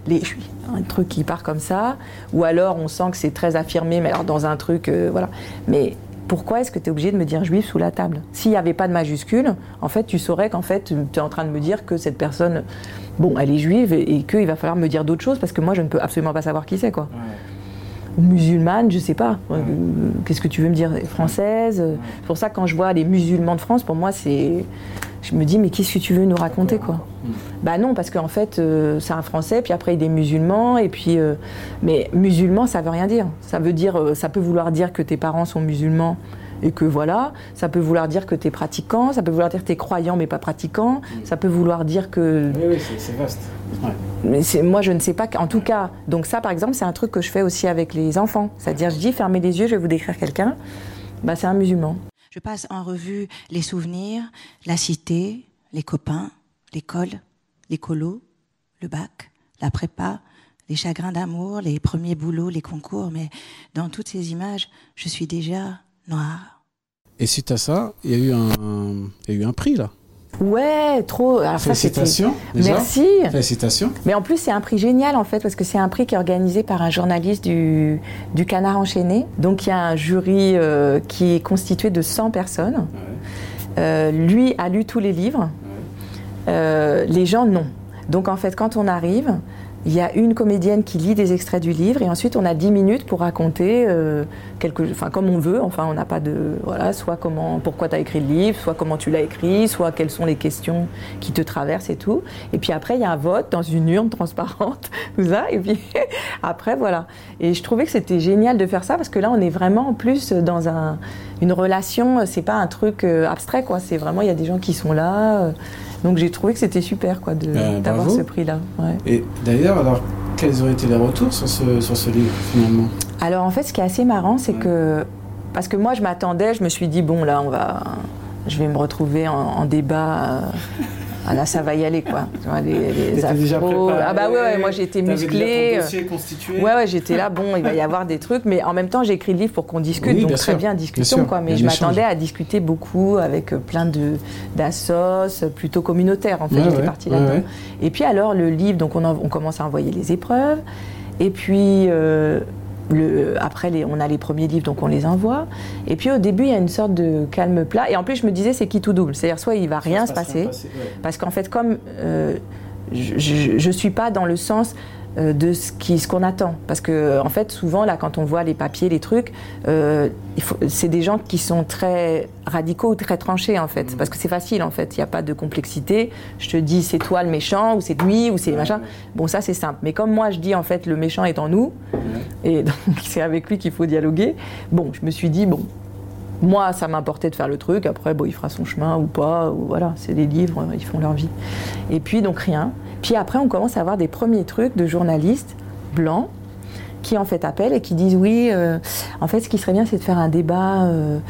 un truc qui part comme ça, ou alors on sent que c'est très affirmé, mais alors dans un truc, voilà. Mais pourquoi est-ce que tu es obligé de me dire juif sous la table? S'il n'y avait pas de majuscule, en fait, tu saurais qu'en fait, tu es en train de me dire que cette personne, bon, elle est juive et qu'il va falloir me dire d'autres choses parce que moi, je ne peux absolument pas savoir qui c'est, quoi. Ou musulmane, je sais pas. Qu'est-ce que tu veux me dire? Française? C'est pour ça que quand je vois les musulmans de France, pour moi, c'est... Je me dis, mais qu'est-ce que tu veux nous raconter, quoi? Bah non, parce qu'en fait, c'est un Français, puis après il est musulman, et puis... mais musulman, ça veut rien dire. Ça veut dire, ça peut vouloir dire que tes parents sont musulmans, et que voilà, ça peut vouloir dire que tu es pratiquant, ça peut vouloir dire que tu es croyant mais pas pratiquant, ça peut vouloir dire que... Oui, c'est vaste. Ouais. Mais moi, je ne sais pas, en tout cas, donc ça, par exemple, c'est un truc que je fais aussi avec les enfants. C'est-à-dire, je dis, fermez les yeux, je vais vous décrire quelqu'un, bah, c'est un musulman. Je passe en revue les souvenirs, la cité, les copains, l'école, les colos, le bac, la prépa, les chagrins d'amour, les premiers boulots, les concours, mais dans toutes ces images, je suis déjà noire. Et suite à ça, il y a eu un prix, là. Ouais, trop. Alors félicitations. Ça, déjà. Merci. Félicitations. Mais en plus, c'est un prix génial, en fait, parce que c'est un prix qui est organisé par un journaliste du Canard enchaîné. Donc, il y a un jury qui est constitué de 100 personnes. Ouais. Lui a lu tous les livres. Ouais. Les gens, non. Donc, en fait, quand on arrive... Il y a une comédienne qui lit des extraits du livre et ensuite on a 10 minutes pour raconter comme on veut, enfin on n'a pas de... Voilà, soit pourquoi tu as écrit le livre, soit comment tu l'as écrit, soit quelles sont les questions qui te traversent et tout. Et puis après il y a un vote dans une urne transparente, tout ça, et puis après voilà. Et je trouvais que c'était génial de faire ça parce que là on est vraiment en plus dans une relation, c'est pas un truc abstrait, quoi, c'est vraiment, il y a des gens qui sont là... Donc j'ai trouvé que c'était super, quoi, d'avoir ce prix-là. Ouais. Et d'ailleurs, alors, quels ont été les retours sur ce livre, finalement? Alors en fait, ce qui est assez marrant, c'est que... Parce que moi, je m'attendais, je me suis dit, bon, là, je vais me retrouver en débat... Ah là, ça va y aller, quoi. Les afros. Ah bah ouais, moi j'ai été musclée. Ouais, j'étais là, bon, il va y avoir des trucs, mais en même temps, j'ai écrit le livre pour qu'on discute, oui, donc très bien, discutons, quoi. Mais je m'attendais à discuter beaucoup avec plein d'assos, plutôt communautaires, en fait, j'étais partie là-dedans. Ouais. Et puis alors, le livre, donc on commence à envoyer les épreuves, et puis... après, on a les premiers livres, donc on les envoie. Et puis au début, il y a une sorte de calme plat. Et en plus, je me disais, c'est qui tout double. C'est-à-dire, soit il va rien se passer, ouais. Parce qu'en fait, comme je ne suis pas dans le sens de ce qu'on attend. Parce que, en fait, souvent, là, quand on voit les papiers, les trucs, c'est des gens qui sont très radicaux ou très tranchés, en fait. Parce que c'est facile, en fait. Il n'y a pas de complexité. Je te dis, c'est toi le méchant, ou c'est lui, ou c'est machin. Bon, ça, c'est simple. Mais comme moi, je dis, en fait, le méchant est en nous, et donc c'est avec lui qu'il faut dialoguer. Bon, je me suis dit, bon, moi, ça m'importait de faire le truc. Après, bon, il fera son chemin ou pas. Ou voilà, c'est des livres, ils font leur vie. Et puis, donc, rien. Puis après, on commence à avoir des premiers trucs de journalistes blancs qui, en fait, appellent et qui disent, oui, en fait, ce qui serait bien, c'est de faire un débat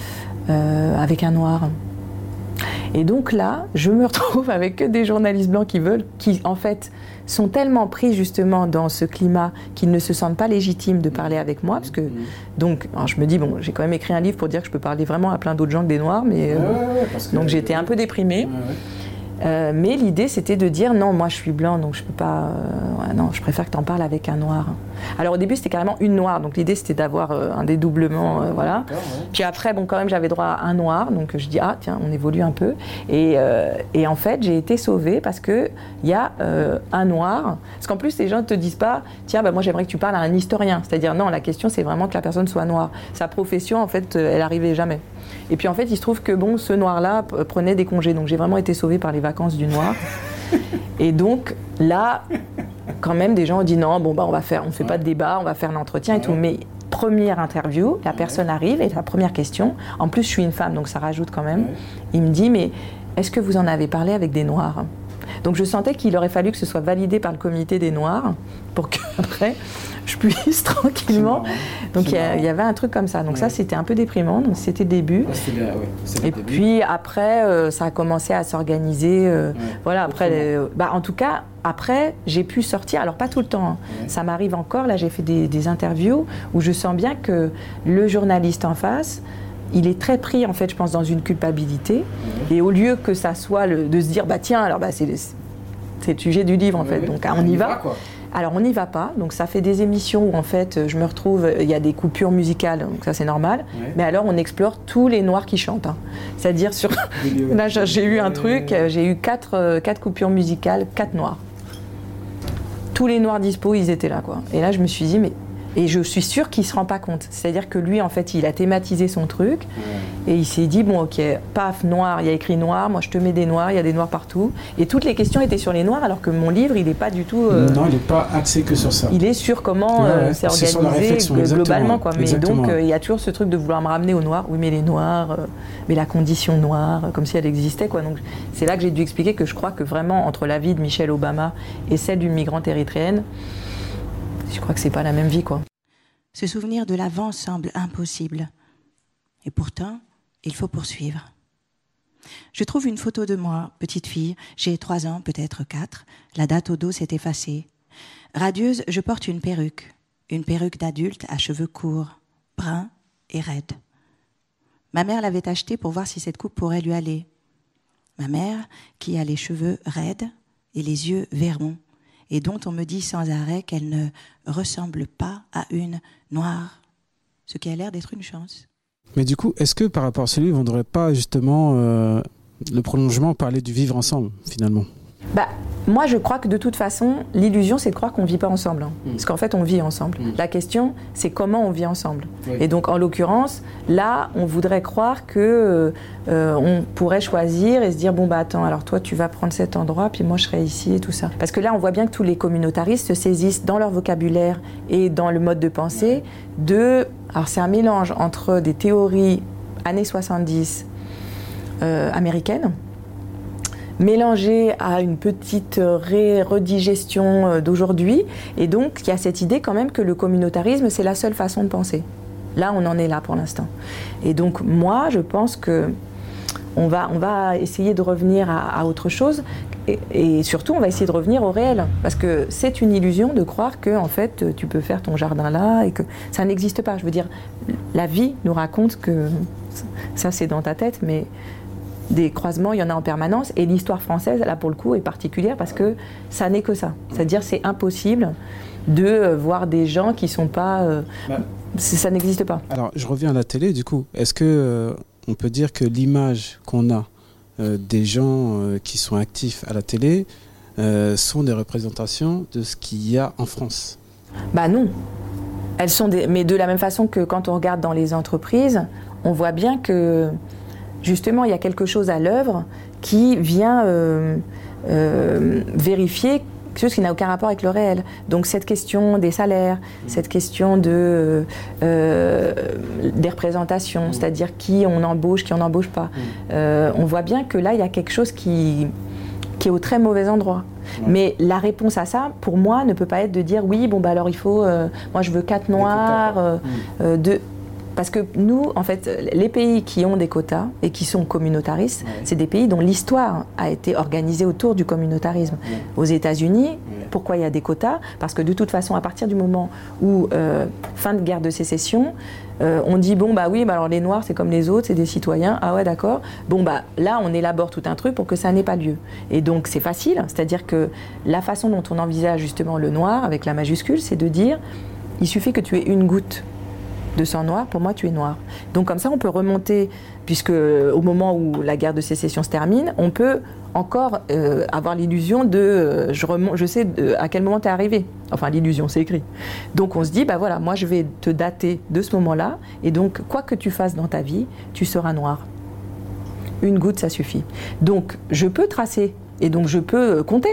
avec un noir. Et donc là, je me retrouve avec que des journalistes blancs qui, en fait, sont tellement pris justement dans ce climat qu'ils ne se sentent pas légitimes de parler avec moi, parce que donc, alors je me dis bon, j'ai quand même écrit un livre pour dire que je peux parler vraiment à plein d'autres gens que des noirs, mais donc j'étais un peu déprimée. Mais l'idée, c'était de dire non, moi je suis blanc, donc je peux pas. Non, je préfère que tu en parles avec un noir. Alors au début, c'était carrément une noire, donc l'idée c'était d'avoir un dédoublement, voilà. Puis après, bon, quand même, j'avais droit à un noir, donc je dis ah tiens, on évolue un peu. Et en fait, j'ai été sauvée parce que il y a un noir. Parce qu'en plus, les gens ne te disent pas tiens, bah, moi j'aimerais que tu parles à un historien. C'est-à-dire non, la question c'est vraiment que la personne soit noire. Sa profession, en fait, elle arrivait jamais. Et puis en fait, il se trouve que bon, ce noir-là prenait des congés, donc j'ai vraiment été sauvée par les vacances du noir. Et donc là, quand même, des gens ont dit non, bon bah on fait pas de débat, on va faire l'entretien et tout. Mais première interview, la personne arrive et la première question, en plus je suis une femme, donc ça rajoute quand même. Il me dit mais est-ce que vous en avez parlé avec des noirs ? Donc je sentais qu'il aurait fallu que ce soit validé par le comité des Noirs pour qu'après je puisse tranquillement. Donc il y avait un truc comme ça. Donc ça c'était un peu déprimant. Donc c'était le début. Et puis après ça a commencé à s'organiser. Voilà. Après, en tout cas après j'ai pu sortir. Alors pas tout le temps. Hein. Ça m'arrive encore. Là j'ai fait des interviews où je sens bien que le journaliste en face, il est très pris, en fait, je pense, dans une culpabilité. Et au lieu que ça soit de se dire, tiens, alors c'est le sujet du livre, en fait, donc on y va. Alors on n'y va pas, donc ça fait des émissions où en fait je me retrouve, il y a des coupures musicales, donc ça c'est normal, mais alors on explore tous les noirs qui chantent. Hein. C'est-à-dire là j'ai eu un truc, j'ai eu 4 coupures musicales, 4 noirs. Tous les noirs dispo, ils étaient là, quoi. Et là je me suis dit, et je suis sûre qu'il ne se rend pas compte. C'est-à-dire que lui, en fait, il a thématisé son truc et il s'est dit, bon, ok, paf, noir, il y a écrit noir, moi je te mets des noirs, il y a des noirs partout. Et toutes les questions étaient sur les noirs, alors que mon livre, il n'est pas du tout... Non, il n'est pas axé que sur ça. Il est sur comment c'est organisé globalement, quoi. Mais exactement. donc, il y a toujours ce truc de vouloir me ramener aux noirs. Oui, mais les noirs, mais la condition noire, comme si elle existait, quoi. Donc, c'est là que j'ai dû expliquer que je crois que vraiment, entre la vie de Michelle Obama et celle d'une migrante érythréenne, je crois que c'est pas la même vie, quoi. Se souvenir de l'avant semble impossible. Et pourtant, il faut poursuivre. Je trouve une photo de moi, petite fille. J'ai 3 ans, peut-être 4. La date au dos s'est effacée. Radieuse, je porte une perruque. Une perruque d'adulte à cheveux courts, bruns et raides. Ma mère l'avait achetée pour voir si cette coupe pourrait lui aller. Ma mère, qui a les cheveux raides et les yeux verrons, et dont on me dit sans arrêt qu'elle ne ressemble pas à une noire, ce qui a l'air d'être une chance. Mais du coup, est-ce que par rapport à ce livre, on ne devrait pas justement, le prolongement, parler du vivre ensemble, finalement ? Moi, je crois que de toute façon, l'illusion, c'est de croire qu'on ne vit pas ensemble. Hein. Parce qu'en fait, on vit ensemble. La question, c'est comment on vit ensemble. Et donc, en l'occurrence, là, on voudrait croire que on pourrait choisir et se dire, attends, alors toi, tu vas prendre cet endroit, puis moi, je serai ici et tout ça. Parce que là, on voit bien que tous les communautaristes se saisissent dans leur vocabulaire et dans le mode de pensée alors, c'est un mélange entre des théories années 70 américaines, mélangé à une petite redigestion d'aujourd'hui. Et donc, il y a cette idée quand même que le communautarisme, c'est la seule façon de penser. Là, on en est là pour l'instant. Et donc, moi, je pense que on va essayer de revenir à autre chose. Et surtout, on va essayer de revenir au réel. Parce que c'est une illusion de croire que, en fait, tu peux faire ton jardin là et que ça n'existe pas. Je veux dire, la vie nous raconte que ça, c'est dans ta tête, mais des croisements, il y en a en permanence. Et l'histoire française, là, pour le coup, est particulière parce que ça n'est que ça. C'est-à-dire, c'est impossible de voir des gens qui ne sont pas... ça n'existe pas. Alors, je reviens à la télé, du coup. Est-ce que on peut dire que l'image qu'on a des gens qui sont actifs à la télé sont des représentations de ce qu'il y a en France ? Non. Elles sont mais de la même façon que quand on regarde dans les entreprises, on voit bien que... Justement, il y a quelque chose à l'œuvre qui vient vérifier quelque chose qui n'a aucun rapport avec le réel. Donc cette question des salaires, cette question des représentations, c'est-à-dire qui on embauche, qui on n'embauche pas. On voit bien que là, il y a quelque chose qui est au très mauvais endroit. Mais la réponse à ça, pour moi, ne peut pas être de dire oui, alors il faut... moi, je veux 4 noirs, 2... Parce que nous, en fait, les pays qui ont des quotas et qui sont communautaristes, c'est des pays dont l'histoire a été organisée autour du communautarisme. Aux États-Unis, pourquoi il y a des quotas ? Parce que de toute façon, à partir du moment où, fin de guerre de sécession, on dit alors les Noirs, c'est comme les autres, c'est des citoyens. Ah ouais, d'accord. Là, on élabore tout un truc pour que ça n'ait pas lieu. Et donc, c'est facile. C'est-à-dire que la façon dont on envisage justement le noir, avec la majuscule, c'est de dire, il suffit que tu aies une goutte de sang noir, pour moi tu es noir. Donc comme ça on peut remonter, puisque au moment où la guerre de sécession se termine, on peut encore avoir l'illusion de je sais à quel moment tu es arrivé. Enfin l'illusion, c'est écrit. Donc on se dit, moi je vais te dater de ce moment-là, et donc quoi que tu fasses dans ta vie, tu seras noir. Une goutte, ça suffit. Donc je peux tracer, et donc je peux compter.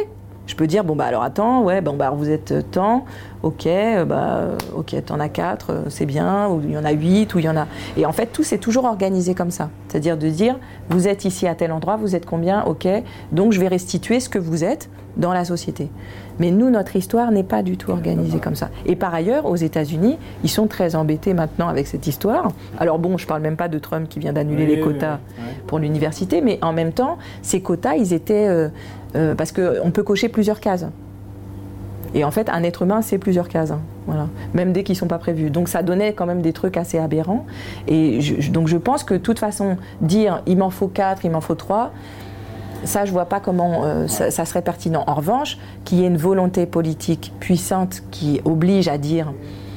Je peux dire, bon, bah alors attends, ouais, bon, bah vous êtes tant, ok, t'en as 4, c'est bien, ou il y en a 8, ou il y en a... Et en fait, tout c'est toujours organisé comme ça. C'est-à-dire de dire, vous êtes ici à tel endroit, vous êtes combien, ok, donc je vais restituer ce que vous êtes dans la société. Mais nous, notre histoire n'est pas du tout organisée comme ça. Et par ailleurs, aux États-Unis, ils sont très embêtés maintenant avec cette histoire. Alors bon, je parle même pas de Trump qui vient d'annuler les quotas pour l'université, mais en même temps, ces quotas, ils étaient... parce qu'on peut cocher plusieurs cases. Et en fait, un être humain, c'est plusieurs cases. Voilà. Même dès qu'ils ne sont pas prévus. Donc ça donnait quand même des trucs assez aberrants. Et donc je pense que de toute façon, dire il m'en faut 4, il m'en faut 3, ça je ne vois pas comment ça serait pertinent. En revanche, qu'il y ait une volonté politique puissante qui oblige à dire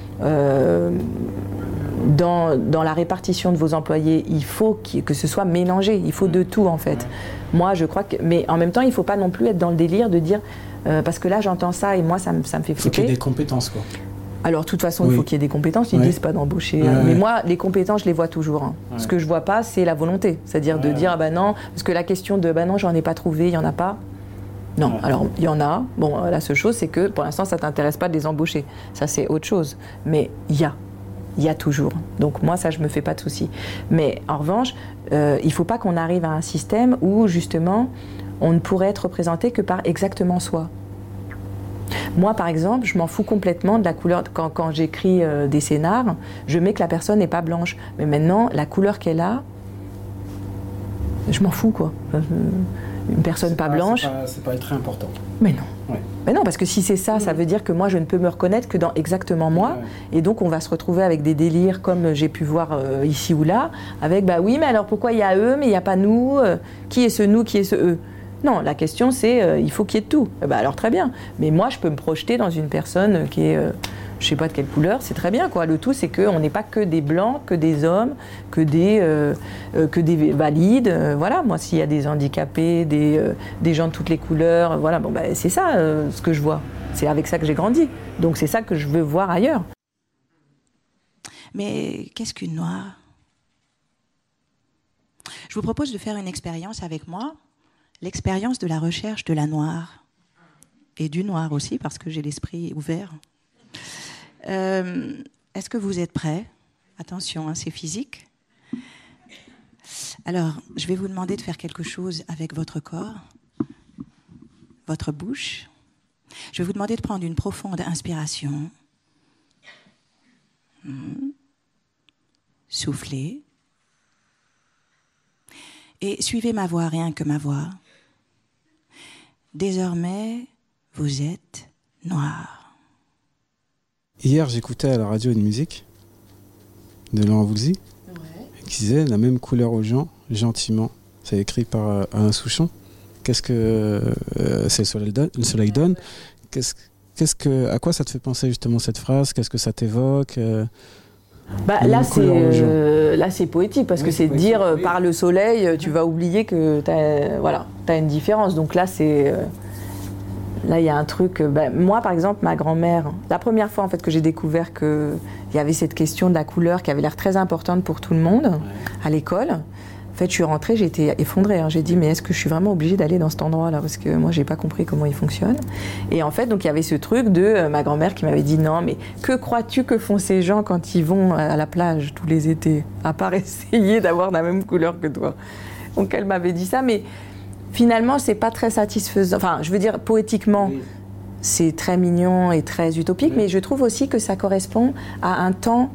dans la répartition de vos employés, il faut que ce soit mélangé, il faut de tout en fait. Moi je crois que... Mais en même temps, il ne faut pas non plus être dans le délire de dire... parce que là j'entends ça et moi ça me fait flipper. Il faut qu'il y ait des compétences quoi. Alors de toute façon il faut qu'il y ait des compétences, ils disent pas d'embaucher. Mais moi les compétences je les vois toujours. Ce que je vois pas c'est la volonté. C'est-à-dire de dire ah bah non, parce que la question de bah non j'en ai pas trouvé, il y en a pas. Non, alors il y en a. Bon la seule chose c'est que pour l'instant ça t'intéresse pas de les embaucher. Ça c'est autre chose. Mais il y a toujours. Donc moi ça je me fais pas de soucis. Mais en revanche il faut pas qu'on arrive à un système où justement on ne pourrait être représenté que par exactement soi. Moi, par exemple, je m'en fous complètement de la couleur. Quand j'écris des scénars, je mets que la personne n'est pas blanche. Mais maintenant, la couleur qu'elle a, je m'en fous, quoi. Une personne pas blanche... C'est pas très important. Mais non. Ouais. Mais non, parce que si c'est ça, ça veut dire que moi, je ne peux me reconnaître que dans exactement moi. Ouais. Et donc, on va se retrouver avec des délires comme j'ai pu voir ici ou là, avec, bah oui, mais alors pourquoi il y a eux, mais il n'y a pas nous qui est ce nous, qui est ce eux? Non, la question c'est il faut qu'il y ait de tout. Bah alors très bien. Mais moi je peux me projeter dans une personne qui est je sais pas de quelle couleur, c'est très bien quoi. Le tout c'est qu'on n'est pas que des blancs, que des hommes, que des valides. Voilà, moi s'il y a des handicapés, des gens de toutes les couleurs, voilà, bon bah c'est ça ce que je vois. C'est avec ça que j'ai grandi. Donc c'est ça que je veux voir ailleurs. Mais qu'est-ce qu'une noire? Je vous propose de faire une expérience avec moi. L'expérience de la recherche de la noire, et du noir aussi, parce que j'ai l'esprit ouvert. Est-ce que vous êtes prêts? Attention, hein, c'est physique. Alors, je vais vous demander de faire quelque chose avec votre corps, votre bouche. Je vais vous demander de prendre une profonde inspiration. Soufflez. Et suivez ma voix, rien que ma voix. Désormais, vous êtes noir. Hier, j'écoutais à la radio une musique de Laurent Voulzy qui disait la même couleur aux gens, gentiment. C'est écrit par Alain Souchon. Qu'est-ce que c'est le soleil donne. À quoi ça te fait penser justement cette phrase? Qu'est-ce que ça t'évoque? Là c'est poétique parce que c'est de dire par le soleil tu vas oublier que t'as une différence. Donc là là il y a un truc. Moi par exemple ma grand-mère, la première fois en fait que j'ai découvert que il y avait cette question de la couleur qui avait l'air très importante pour tout le monde à l'école. En fait, je suis rentrée, j'ai été effondrée. J'ai dit, mais est-ce que je suis vraiment obligée d'aller dans cet endroit-là? Parce que moi, j'ai pas compris comment il fonctionne. Et en fait, donc il y avait ce truc de ma grand-mère qui m'avait dit, non, mais que crois-tu que font ces gens quand ils vont à la plage tous les étés, à part essayer d'avoir la même couleur que toi? Donc elle m'avait dit ça, mais finalement, c'est pas très satisfaisant. Enfin, je veux dire, poétiquement, c'est très mignon et très utopique, mais je trouve aussi que ça correspond à un temps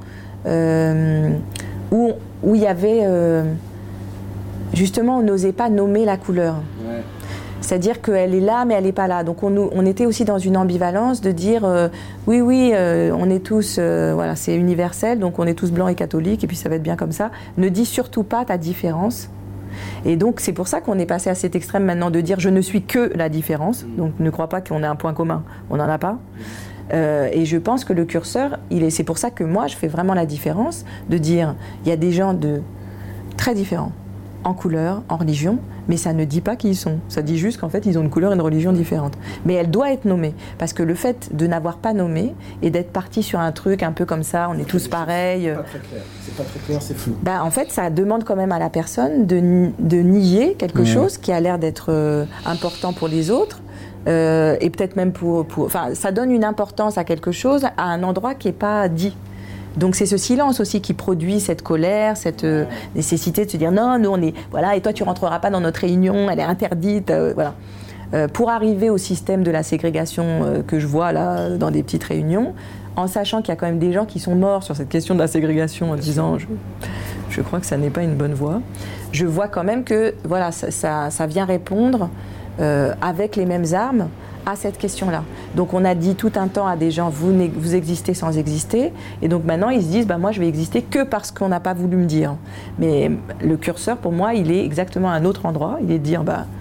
où il y avait... justement, on n'osait pas nommer la couleur. Ouais. C'est-à-dire qu'elle est là, mais elle n'est pas là. Donc on était aussi dans une ambivalence de dire oui, on est tous, voilà, c'est universel, donc on est tous blancs et catholiques, et puis ça va être bien comme ça. Ne dis surtout pas ta différence. Et donc c'est pour ça qu'on est passé à cet extrême maintenant de dire je ne suis que la différence. Donc ne crois pas qu'on ait un point commun. On n'en a pas. Et je pense que le curseur, c'est pour ça que moi je fais vraiment la différence de dire il y a des gens très différents. En couleur, en religion, mais ça ne dit pas qui ils sont. Ça dit juste qu'en fait, ils ont une couleur et une religion différentes. Mais elle doit être nommée, parce que le fait de n'avoir pas nommé et d'être parti sur un truc un peu comme ça, on est tous pareils... C'est pas très clair, c'est flou. En fait, ça demande quand même à la personne de nier quelque chose qui a l'air d'être important pour les autres, et peut-être même enfin, ça donne une importance à quelque chose, à un endroit qui n'est pas dit. Donc c'est ce silence aussi qui produit cette colère, cette nécessité de se dire non, nous on est, voilà, et toi tu rentreras pas dans notre réunion, elle est interdite, voilà. Pour arriver au système de la ségrégation que je vois là dans des petites réunions, en sachant qu'il y a quand même des gens qui sont morts sur cette question de la ségrégation en disant je crois que ça n'est pas une bonne voie, je vois quand même que voilà, ça vient répondre avec les mêmes armes à cette question-là. Donc on a dit tout un temps à des gens vous existez sans exister, et donc maintenant ils se disent moi je vais exister que parce qu'on n'a pas voulu me dire. Mais le curseur pour moi il est exactement à un autre endroit, il est de dire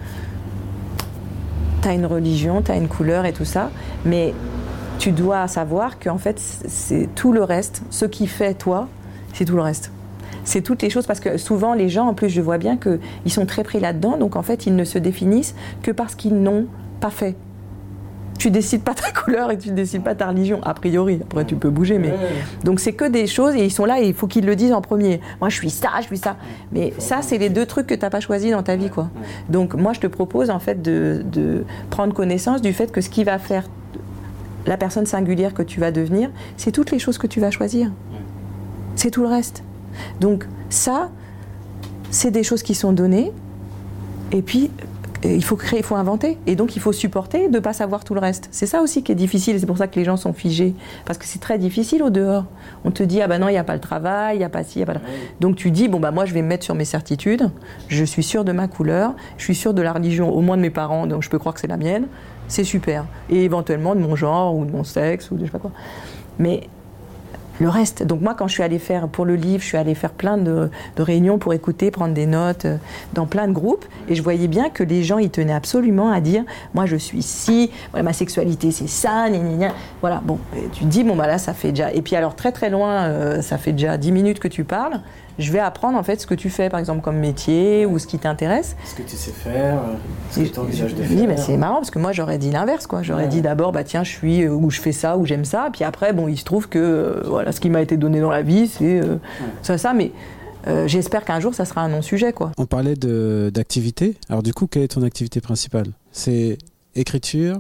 t'as une religion, t'as une couleur et tout ça, mais tu dois savoir qu'en fait c'est tout le reste, ce qui fait toi, c'est tout le reste. C'est toutes les choses, parce que souvent les gens, en plus je vois bien qu'ils sont très pris là-dedans, donc en fait ils ne se définissent que parce qu'ils n'ont pas fait. Tu décides pas ta couleur et tu décides pas ta religion, a priori. Après, tu peux bouger, mais... Donc, c'est que des choses, et ils sont là, et il faut qu'ils le disent en premier. Moi, je suis ça, je suis ça. Mais ça, c'est les deux trucs que t'as pas choisis dans ta vie, quoi. Donc, moi, je te propose, en fait, de prendre connaissance du fait que ce qui va faire la personne singulière que tu vas devenir, c'est toutes les choses que tu vas choisir. C'est tout le reste. Donc, ça, c'est des choses qui sont données, et puis... il faut créer, il faut inventer, et donc il faut supporter de ne pas savoir tout le reste. C'est ça aussi qui est difficile, et c'est pour ça que les gens sont figés, parce que c'est très difficile au dehors. On te dit non, il n'y a pas le travail, il n'y a pas ci, il n'y a pas là. Donc tu dis moi je vais me mettre sur mes certitudes, je suis sûre de ma couleur, je suis sûre de la religion, au moins de mes parents, donc je peux croire que c'est la mienne, c'est super. Et éventuellement de mon genre, ou de mon sexe, ou de je sais pas quoi. Mais le reste, donc moi quand je suis allée faire, pour le livre, je suis allée faire plein de réunions pour écouter, prendre des notes dans plein de groupes, et je voyais bien que les gens ils tenaient absolument à dire moi je suis ci, voilà, ma sexualité c'est ça, voilà, bon, et tu te dis là ça fait déjà, et puis alors très très loin, ça fait déjà 10 minutes que tu parles, je vais apprendre en fait ce que tu fais par exemple comme métier ou ce qui t'intéresse. Ce que tu sais faire, ce que tu envisages de faire. Oui, c'est marrant parce que moi j'aurais dit l'inverse, quoi. J'aurais dit d'abord tiens je suis ou je fais ça ou j'aime ça, puis après il se trouve que voilà ce qui m'a été donné dans la vie c'est ça, mais j'espère qu'un jour ça sera un non-sujet, quoi. On parlait d'activité. Alors du coup, quelle est ton activité principale? C'est écriture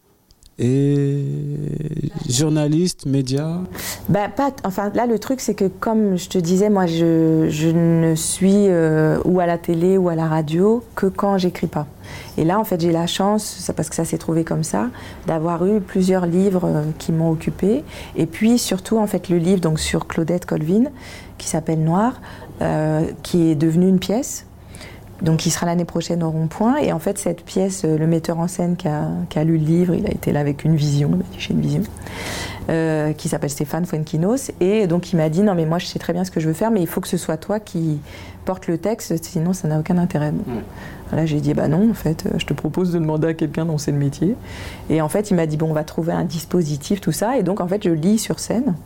et journaliste, média? Enfin là le truc c'est que comme je te disais, moi je ne suis ou à la télé ou à la radio que quand j'écris pas. Et là en fait j'ai la chance, parce que ça s'est trouvé comme ça, d'avoir eu plusieurs livres qui m'ont occupée, et puis surtout en fait le livre donc sur Claudette Colvin qui s'appelle Noir, qui est devenu une pièce. Donc qui sera l'année prochaine au Rond-Point. Et en fait, cette pièce, le metteur en scène qui a lu le livre, il a été là avec une vision, chez une vision, qui s'appelle Stéphane Fuenquinos. Et donc il m'a dit, non mais moi je sais très bien ce que je veux faire, mais il faut que ce soit toi qui porte le texte, sinon ça n'a aucun intérêt. Là j'ai dit, non, en fait, je te propose de demander à quelqu'un dont c'est le métier. Et en fait, il m'a dit, on va trouver un dispositif, tout ça. Et donc en fait, je lis sur scène.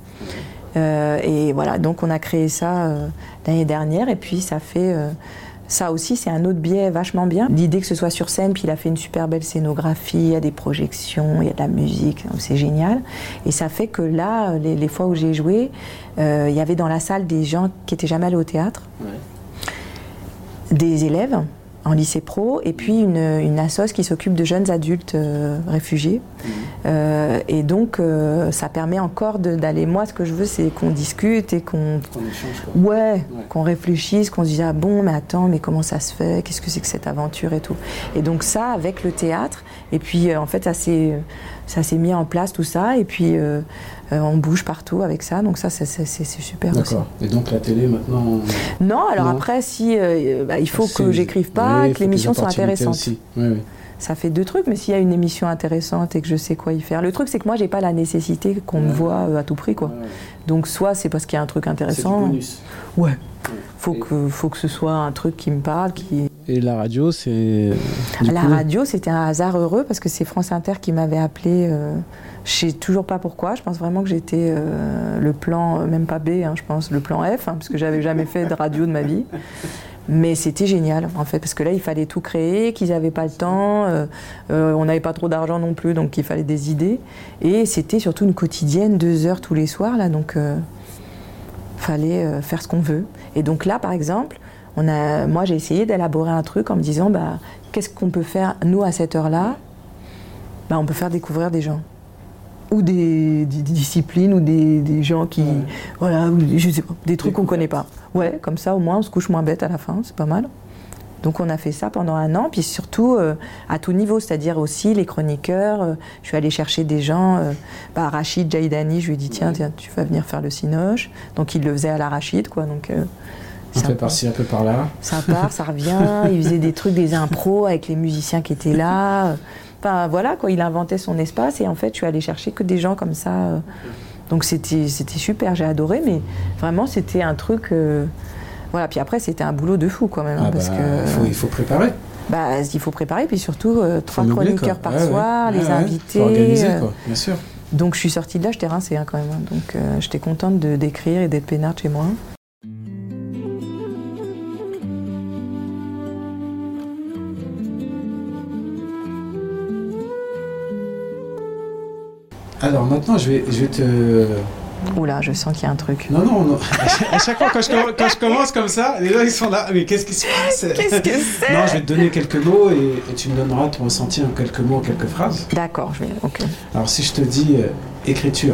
Et voilà, donc on a créé ça l'année dernière, et puis ça fait... ça aussi, c'est un autre biais vachement bien. L'idée que ce soit sur scène, puis il a fait une super belle scénographie, il y a des projections, il y a de la musique, c'est génial. Et ça fait que là, les fois où j'ai joué, il y avait dans la salle des gens qui n'étaient jamais allés au théâtre, des élèves en lycée pro, et puis une assoce qui s'occupe de jeunes adultes réfugiés. Et donc, ça permet encore d'aller... Moi, ce que je veux, c'est qu'on discute et qu'on échange, quoi. Qu'on réfléchisse, qu'on se dise, mais attends, mais comment ça se fait? Qu'est-ce que c'est que cette aventure et tout? Et donc ça, avec le théâtre, et puis en fait, ça s'est mis en place, tout ça, et puis on bouge partout avec ça, donc ça, c'est super. D'accord. Aussi. Et donc la télé, maintenant... Non, alors après, si il faut que j'écrive pas, que l'émission soit intéressante. Aussi. Oui. Ça fait deux trucs, mais s'il y a une émission intéressante et que je sais quoi y faire. Le truc, c'est que moi, j'ai pas la nécessité qu'on me voit à tout prix, quoi. Donc, soit c'est parce qu'il y a un truc intéressant. C'est du bonus. Faut que ce soit un truc qui me parle, qui... Et la radio, c'est... radio, c'était un hasard heureux, parce que c'est France Inter qui m'avait appelé. Je sais toujours pas pourquoi. Je pense vraiment que j'étais le plan, même pas B, je pense, le plan F, parce que j'avais jamais fait de radio de ma vie. Mais c'était génial, en fait, parce que là, il fallait tout créer, qu'ils n'avaient pas le temps, on n'avait pas trop d'argent non plus, donc il fallait des idées. Et c'était surtout une quotidienne, 2 heures tous les soirs, là, donc fallait faire ce qu'on veut. Et donc là, par exemple, moi, j'ai essayé d'élaborer un truc en me disant, qu'est-ce qu'on peut faire, nous, à cette heure-là, on peut faire découvrir des gens. Ou des disciplines, ou des gens qui... Voilà, je sais pas, des trucs qu'on connaît pas. Ouais, comme ça, au moins, on se couche moins bête à la fin, c'est pas mal. Donc on a fait ça pendant 1 an, puis surtout à tout niveau, c'est-à-dire aussi les chroniqueurs. Je suis allée chercher des gens, Rachid Jaïdani, je lui ai dit tiens, tu vas venir faire le Cinoche. Donc il le faisait à l'Arachide, quoi. Donc, un peu par-ci, un peu par-là. Ça part, ça revient. Il faisait des trucs, des impros avec les musiciens qui étaient là. Enfin voilà, quoi, il inventait son espace et en fait je suis allée chercher que des gens comme ça. Donc c'était super, j'ai adoré, mais vraiment c'était un truc... Voilà, puis après c'était un boulot de fou quand même. Parce que, il faut préparer. Il faut préparer, puis surtout 3 chroniqueurs par soir, les invités. Faut organiser, quoi, bien sûr. Donc je suis sortie de là, j'étais rincée quand même. Donc j'étais contente d'écrire et d'être peinarde chez moi. Alors maintenant, je vais te... Oula, je sens qu'il y a un truc. Non. À chaque fois, quand je commence comme ça, les gens ils sont là. Mais qu'est-ce qui se passe? Qu'est-ce que c'est? Non, je vais te donner quelques mots et tu me donneras ton ressenti en quelques mots, en quelques phrases. D'accord, ok. Alors si je te dis écriture.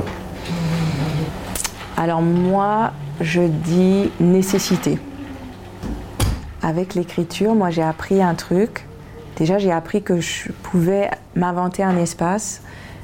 Alors moi, je dis nécessité. Avec l'écriture, moi j'ai appris un truc. Déjà, j'ai appris que je pouvais m'inventer un espace.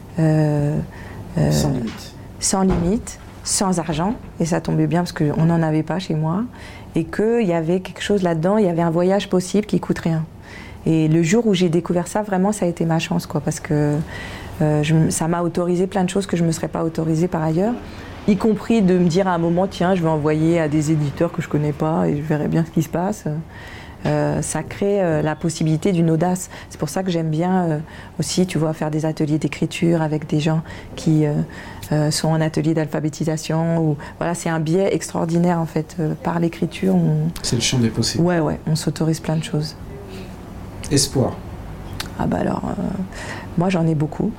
Sans limite. Sans limite, sans argent, et ça tombait bien parce qu'on n'en avait pas chez moi, et qu'il y avait quelque chose là-dedans, il y avait un voyage possible qui coûte rien. Et le jour où j'ai découvert ça, vraiment ça a été ma chance, quoi, parce que ça m'a autorisé plein de choses que je ne me serais pas autorisée par ailleurs, y compris de me dire à un moment, tiens, je vais envoyer à des éditeurs que je ne connais pas et je verrai bien ce qui se passe. Ça crée la possibilité d'une audace. C'est pour ça que j'aime bien aussi, tu vois, faire des ateliers d'écriture avec des gens qui sont en atelier d'alphabétisation. Voilà, c'est un biais extraordinaire en fait. Par l'écriture, c'est le champ des possibles. Ouais, on s'autorise plein de choses. Espoir. Ah bah alors, moi j'en ai beaucoup.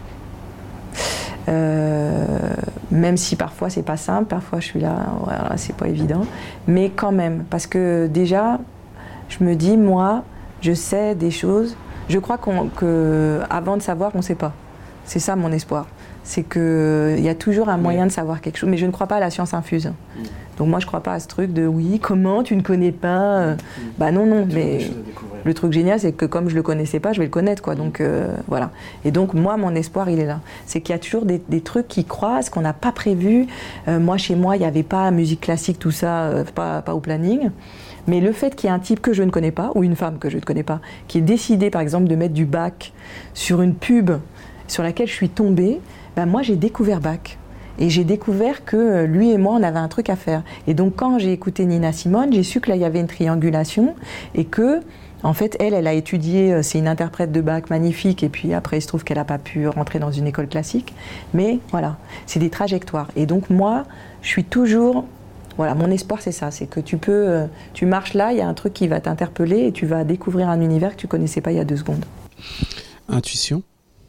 Même si parfois c'est pas simple, parfois je suis là, voilà, c'est pas évident. Mais quand même, parce que déjà, je me dis, moi, je sais des choses. Je crois qu'avant de savoir, on ne sait pas. C'est ça mon espoir. C'est qu'il y a toujours un moyen de savoir quelque chose. Mais je ne crois pas à la science infuse. Donc moi, je ne crois pas à ce truc de oui, comment, tu ne connais pas Bah non. Mais le truc génial, c'est que comme je ne le connaissais pas, je vais le connaître, quoi. Donc voilà. Et donc moi, mon espoir, il est là. C'est qu'il y a toujours des trucs qui croisent, qu'on n'a pas prévu. Moi, chez moi, il n'y avait pas musique classique, tout ça, pas au planning. Mais le fait qu'il y ait un type que je ne connais pas, ou une femme que je ne connais pas, qui ait décidé par exemple de mettre du Bach sur une pub sur laquelle je suis tombée, ben moi j'ai découvert Bach. Et j'ai découvert que lui et moi on avait un truc à faire. Et donc quand j'ai écouté Nina Simone, j'ai su que là il y avait une triangulation et que en fait elle a étudié, c'est une interprète de Bach magnifique et puis après il se trouve qu'elle n'a pas pu rentrer dans une école classique. Mais voilà, c'est des trajectoires. Et donc moi je suis toujours... Voilà, mon espoir c'est ça, c'est que tu marches là, il y a un truc qui va t'interpeller et tu vas découvrir un univers que tu ne connaissais pas il y a 2 secondes. Intuition.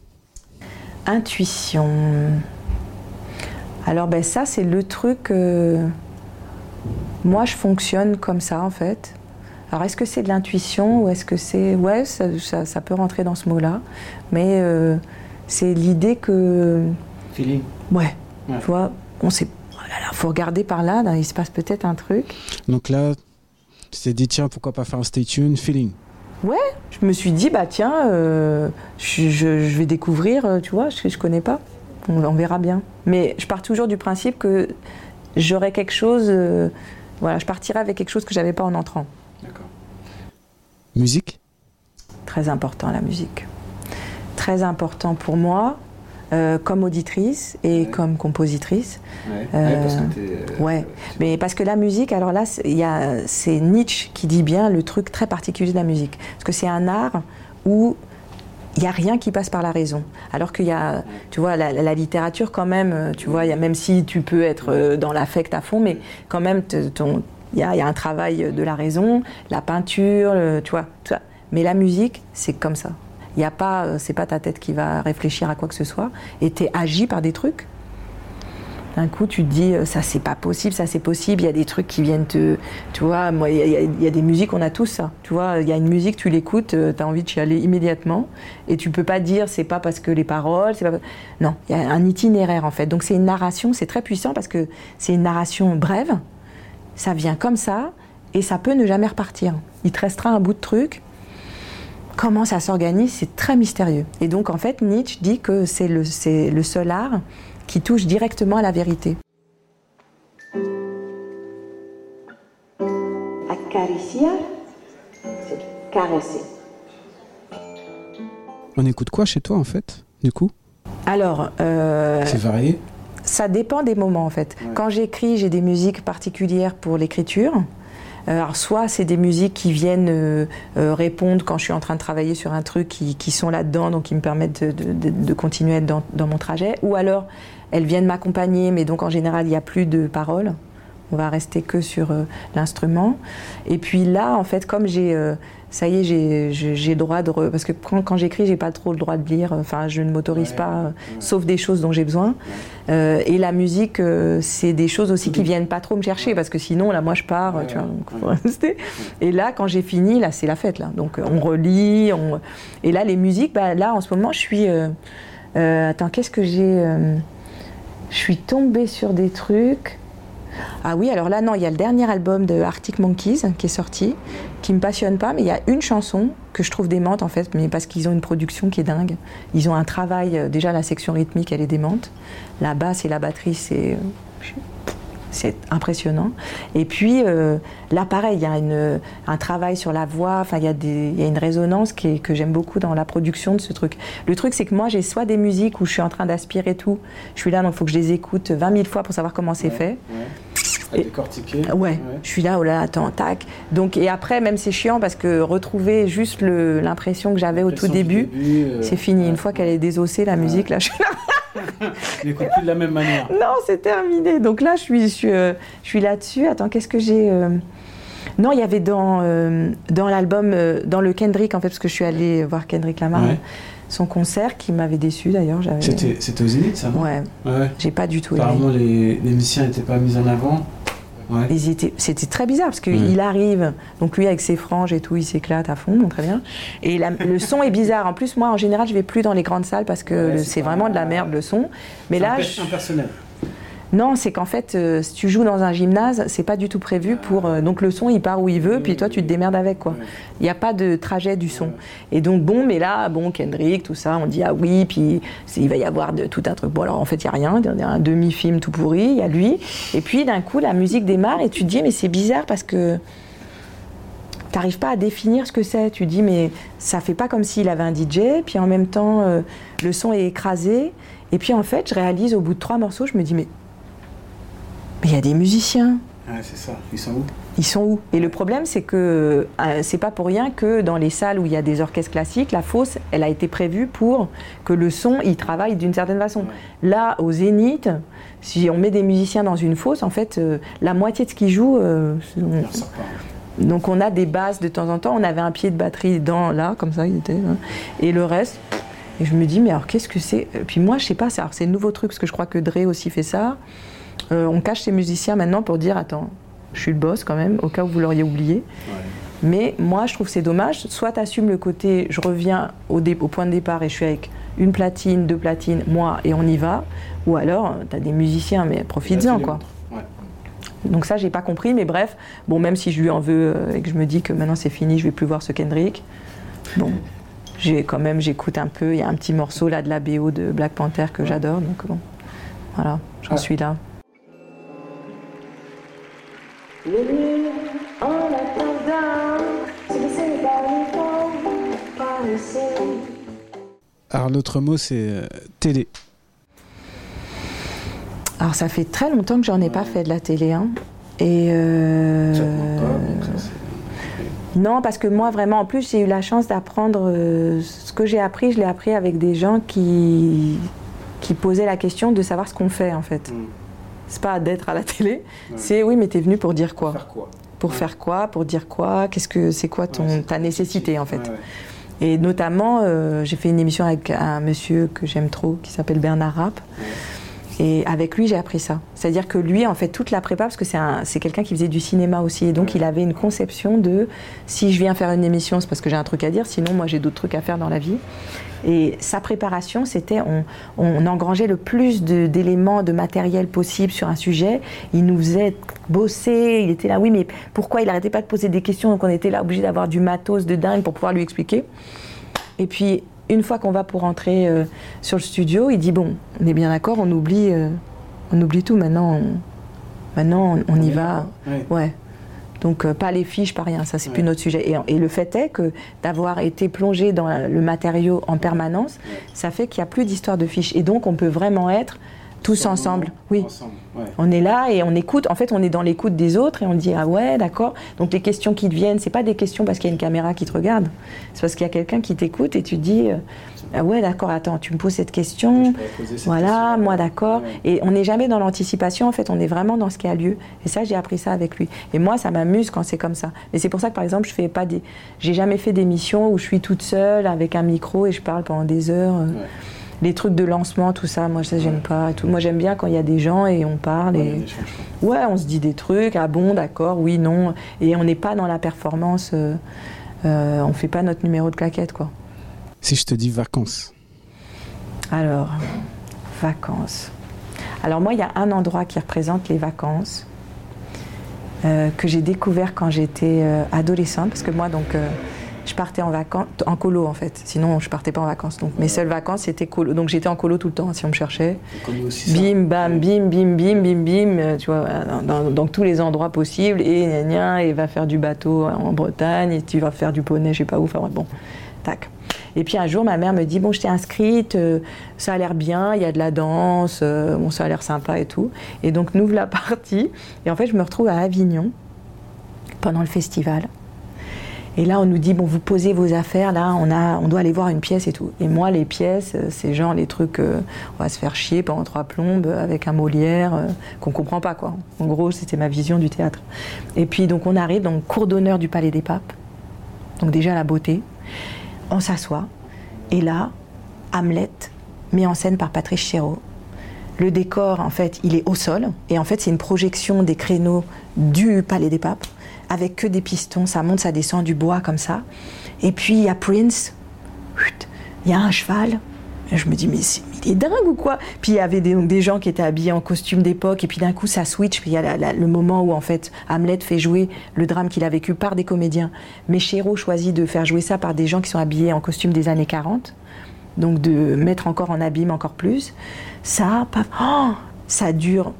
Intuition. Alors ça c'est le truc, moi je fonctionne comme ça en fait. Alors est-ce que c'est de l'intuition ou est-ce que c'est... Ouais, ça peut rentrer dans ce mot-là, mais c'est l'idée que... Feeling. Ouais. Tu vois, on sait... Il faut regarder par là, il se passe peut-être un truc. Donc là, tu t'es dit, tiens, pourquoi pas faire un stay tuned, feeling? Ouais, je me suis dit, tiens, je vais découvrir, tu vois, je connais pas. On verra bien. Mais je pars toujours du principe que j'aurai quelque chose, voilà, je partirai avec quelque chose que j'avais pas en entrant. D'accord. Musique? Très important, la musique. Très important pour moi. Comme auditrice et comme compositrice. Parce que mais parce que la musique, alors là, c'est Nietzsche qui dit bien le truc très particulier de la musique. Parce que c'est un art où il n'y a rien qui passe par la raison. Alors qu'il y a, tu vois, la littérature quand même, tu vois, même si tu peux être dans l'affect à fond, mais quand même, il y a un travail de la raison, la peinture, tu vois, tout ça. Mais la musique, c'est comme ça. C'est pas ta tête qui va réfléchir à quoi que ce soit, et t'es agi par des trucs. D'un coup, tu te dis, ça c'est pas possible, ça c'est possible. Il y a des trucs qui viennent te. Tu vois, moi, il y a des musiques, on a tous ça. Tu vois, il y a une musique, tu l'écoutes, tu as envie de chialer immédiatement. Et tu peux pas dire, c'est pas parce que les paroles, c'est pas. Non, il y a un itinéraire en fait. Donc c'est une narration, c'est très puissant parce que c'est une narration brève. Ça vient comme ça et ça peut ne jamais repartir. Il te restera un bout de truc. Comment ça s'organise, c'est très mystérieux. Et donc en fait, Nietzsche dit que c'est le seul art qui touche directement à la vérité. Acariciar, c'est caresser. On écoute quoi chez toi en fait, du coup? Alors, c'est varié? Ça dépend des moments en fait. Ouais. Quand j'écris, j'ai des musiques particulières pour l'écriture. Alors soit c'est des musiques qui viennent répondre quand je suis en train de travailler sur un truc qui sont là-dedans, donc qui me permettent de continuer à être dans mon trajet, ou alors elles viennent m'accompagner, mais donc en général il n'y a plus de paroles, on va rester que sur l'instrument. Et puis là en fait comme ça y est, j'ai le droit de... Parce que quand j'écris, j'ai pas trop le droit de lire. Enfin, je ne m'autorise pas, sauf des choses dont j'ai besoin. Et la musique, c'est des choses aussi qui viennent pas trop me chercher, parce que sinon, là, moi, je pars, tu vois, donc faut rester. Et là, quand j'ai fini, là, c'est la fête, là. Donc, on relit, Et là, les musiques, bah, là, en ce moment, je suis... attends, qu'est-ce que j'ai... Je suis tombée sur des trucs... Ah oui, alors là, non, il y a le dernier album de Arctic Monkeys qui est sorti, qui me passionne pas, mais il y a une chanson que je trouve démente en fait, mais parce qu'ils ont une production qui est dingue. Ils ont un travail, déjà la section rythmique, elle est démente. La basse et la batterie, c'est impressionnant. Et puis là, pareil, il y a un travail sur la voix, enfin, il y a une résonance que j'aime beaucoup dans la production de ce truc. Le truc, c'est que moi, j'ai soit des musiques où je suis en train d'aspirer tout, je suis là, donc il faut que je les écoute 20 000 fois pour savoir comment c'est fait. Décortiquer. Ouais, je suis là, oh là, attends, tac. Donc, et après, même c'est chiant parce que retrouver juste l'impression que j'avais au tout début, c'est fini. Une fois qu'elle est désossée, la musique, là, je suis là. Tu n'écoutes plus de la même manière. Non, c'est terminé. Donc là, je suis là-dessus. Attends, qu'est-ce que j'ai Non, il y avait dans l'album, dans le Kendrick, en fait, parce que je suis allée voir Kendrick Lamar. Ouais. Son concert qui m'avait déçu d'ailleurs. C'était aux Zénith, ça? Ouais. J'ai pas du tout aimé. Apparemment, les musiciens n'étaient pas mis en avant. Ouais. C'était très bizarre parce qu'il arrive, donc lui avec ses franges et tout, il s'éclate à fond, très bien. Et le son est bizarre. En plus, moi, en général, je vais plus dans les grandes salles parce que c'est vraiment de la merde le son. Mais là, impersonnel. Non, c'est qu'en fait, si tu joues dans un gymnase, c'est pas du tout prévu pour... donc le son, il part où il veut, puis toi, tu te démerdes avec, quoi. Il n'y a pas de trajet du son. Et donc, bon, mais là, Kendrick, tout ça, on dit, ah oui, puis il va y avoir tout un truc. Bon, alors, en fait, il n'y a rien, il y a un demi-film tout pourri, il y a lui. Et puis, d'un coup, la musique démarre et tu te dis, mais c'est bizarre parce que t'arrives pas à définir ce que c'est. Tu te dis, mais ça fait pas comme s'il avait un DJ, puis en même temps, le son est écrasé. Et puis, en fait, je réalise, au bout de 3 morceaux, je me dis, mais il y a des musiciens. Ouais, c'est ça. Ils sont où? Ils sont où? Et le problème, c'est que c'est pas pour rien que dans les salles où il y a des orchestres classiques, la fosse, elle a été prévue pour que le son, il travaille d'une certaine façon. Ouais. Là, au Zénith, si on met des musiciens dans une fosse, en fait, la moitié de ce qu'ils jouent... donc on a des basses de temps en temps. On avait un pied de batterie là, comme ça, il était. Hein, et le reste... Et je me dis, mais alors qu'est-ce que c'est? Puis moi, je sais pas, c'est le nouveau truc, parce que je crois que Dre aussi fait ça. On cache ses musiciens maintenant pour dire, attends, je suis le boss quand même, au cas où vous l'auriez oublié. Ouais. Mais moi, je trouve que c'est dommage. Soit tu assumes le côté, je reviens au point de départ et je suis avec une platine, 2 platines, moi, et on y va. Ou alors, tu as des musiciens, mais profites-en, quoi. Ouais. Donc ça, j'ai pas compris, mais bref. Bon, même si je lui en veux et que je me dis que maintenant c'est fini, je vais plus voir ce Kendrick. Bon, j'écoute un peu. Il y a un petit morceau là de la BO de Black Panther que j'adore, donc bon, voilà, j'en suis là. Alors l'autre mot c'est télé. Alors ça fait très longtemps que j'en ai pas fait de la télé, hein. Et non, parce que moi vraiment, en plus j'ai eu la chance d'apprendre ce que j'ai appris, je l'ai appris avec des gens qui posaient la question de savoir ce qu'on fait en fait. C'est pas d'être à la télé, c'est oui, mais t'es venu pour dire quoi? Pour faire quoi? Pour dire quoi? C'est quoi ta nécessité en fait? Et notamment, j'ai fait une émission avec un monsieur que j'aime trop, qui s'appelle Bernard Rapp. Et avec lui, j'ai appris ça. C'est-à-dire que lui, en fait, toute la prépa, parce que c'est quelqu'un qui faisait du cinéma aussi, et donc il avait une conception de si je viens faire une émission, c'est parce que j'ai un truc à dire, sinon moi j'ai d'autres trucs à faire dans la vie. Et sa préparation, c'était on engrangeait le plus d'éléments, de matériel possible sur un sujet. Il nous faisait bosser, il était là, oui, mais pourquoi il n'arrêtait pas de poser des questions, donc on était là obligé d'avoir du matos de dingue pour pouvoir lui expliquer. Et puis, une fois qu'on va pour rentrer sur le studio, il dit bon, on est bien d'accord, on oublie tout, maintenant on y va. Ouais. Donc pas les fiches, pas rien, ça c'est plus notre sujet. Et le fait est que d'avoir été plongé dans le matériau en permanence, ça fait qu'il n'y a plus d'histoire de fiches. Et donc on peut vraiment être tous ensemble. Oui. On est là et on écoute. En fait, on est dans l'écoute des autres et on dit ah ouais, d'accord. Donc les questions qui te viennent, c'est pas des questions parce qu'il y a une caméra qui te regarde. C'est parce qu'il y a quelqu'un qui t'écoute et tu te dis ah ouais, d'accord. Attends, tu me poses cette question. Voilà, moi d'accord. Ouais. Et on n'est jamais dans l'anticipation. En fait, on est vraiment dans ce qui a lieu. Et ça, j'ai appris ça avec lui. Et moi, ça m'amuse quand c'est comme ça. Et c'est pour ça que par exemple, j'ai jamais fait d'émission où je suis toute seule avec un micro et je parle pendant des heures. Ouais. Les trucs de lancement, tout ça, moi ça j'aime pas. Et tout. Moi j'aime bien quand il y a des gens et on parle. Et... ouais, on se dit des trucs, ah bon, d'accord, oui, non. Et on n'est pas dans la performance, on fait pas notre numéro de claquette, quoi. Si je te dis vacances. Alors, vacances. Alors moi, il y a un endroit qui représente les vacances que j'ai découvert quand j'étais adolescente, parce que moi, donc... je partais en vacances, en colo en fait, sinon je partais pas en vacances. Donc mes seules vacances c'était colo, donc j'étais en colo tout le temps si on me cherchait. Bim, bam, bim, bim, bim, bim, bim, tu vois, dans tous les endroits possibles. Et gna gna, et va faire du bateau en Bretagne, et tu vas faire du poney, je sais pas où, enfin bon, tac. Et puis un jour ma mère me dit bon, je t'ai inscrite, ça a l'air bien, il y a de la danse, bon ça a l'air sympa et tout. Et donc nous voilà partis. Et en fait je me retrouve à Avignon pendant le festival. Et là, on nous dit, bon, vous posez vos affaires, là, on doit aller voir une pièce et tout. Et moi, les pièces, c'est genre les trucs, on va se faire chier pendant 3 plombes avec un Molière qu'on comprend pas, quoi. En gros, c'était ma vision du théâtre. Et puis, donc, on arrive dans le cours d'honneur du Palais des Papes. Donc, déjà, la beauté. On s'assoit. Et là, Hamlet, mis en scène par Patrice Chéreau. Le décor, en fait, il est au sol. Et en fait, c'est une projection des créneaux du Palais des Papes, avec que des pistons, ça monte, ça descend du bois comme ça. Et puis il y a Prince, il y a un cheval. Et je me dis, mais il est dingue ou quoi? Puis il y avait des gens qui étaient habillés en costume d'époque, et puis d'un coup ça switch, puis il y a le moment où en fait Hamlet fait jouer le drame qu'il a vécu par des comédiens. Mais Chéreau choisit de faire jouer ça par des gens qui sont habillés en costume des années 40, donc de mettre encore en abîme encore plus. Ça dure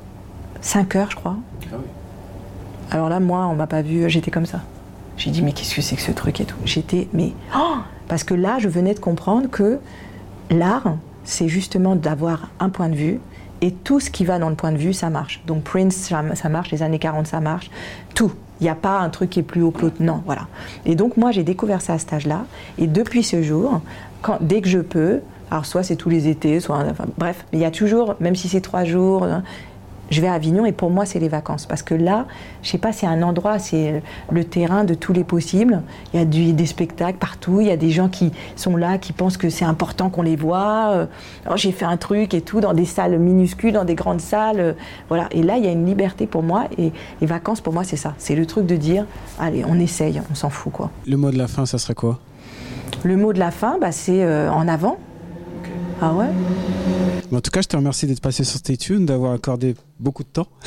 5 heures, je crois. Ah oui. Alors là, moi, on m'a pas vu, j'étais comme ça. J'ai dit, mais qu'est-ce que c'est que ce truc et tout? Parce que là, je venais de comprendre que l'art, c'est justement d'avoir un point de vue, et tout ce qui va dans le point de vue, ça marche. Donc Prince, ça marche, les années 40, ça marche, tout. Il n'y a pas un truc qui est plus haut que l'autre, non, voilà. Et donc moi, j'ai découvert ça à cet âge-là, et depuis ce jour, dès que je peux, alors soit c'est tous les étés, soit, enfin, bref, il y a toujours, même si c'est 3 jours... je vais à Avignon et pour moi c'est les vacances parce que là, je sais pas, c'est un endroit, c'est le terrain de tous les possibles. Il y a des spectacles partout, il y a des gens qui sont là, qui pensent que c'est important qu'on les voit. Alors j'ai fait un truc et tout dans des salles minuscules, dans des grandes salles, voilà. Et là il y a une liberté pour moi et les vacances pour moi c'est ça, c'est le truc de dire allez on essaye, on s'en fout quoi. Le mot de la fin, ça serait quoi? Le mot de la fin, c'est en avant. Ah ouais? En tout cas, je te remercie d'être passé sur Stay Tuned, d'avoir accordé beaucoup de temps.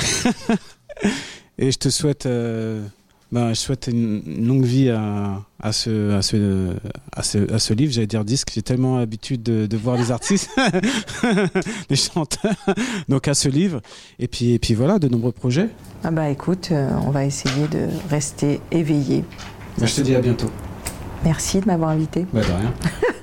Et je te souhaite, je souhaite une longue vie à ce livre. J'allais dire disque. J'ai tellement l'habitude de voir les artistes, les chanteurs. Donc à ce livre. Et puis voilà, de nombreux projets. Ah bah écoute, on va essayer de rester éveillé. Je te dis à bientôt. Merci de m'avoir invité. Bah de rien.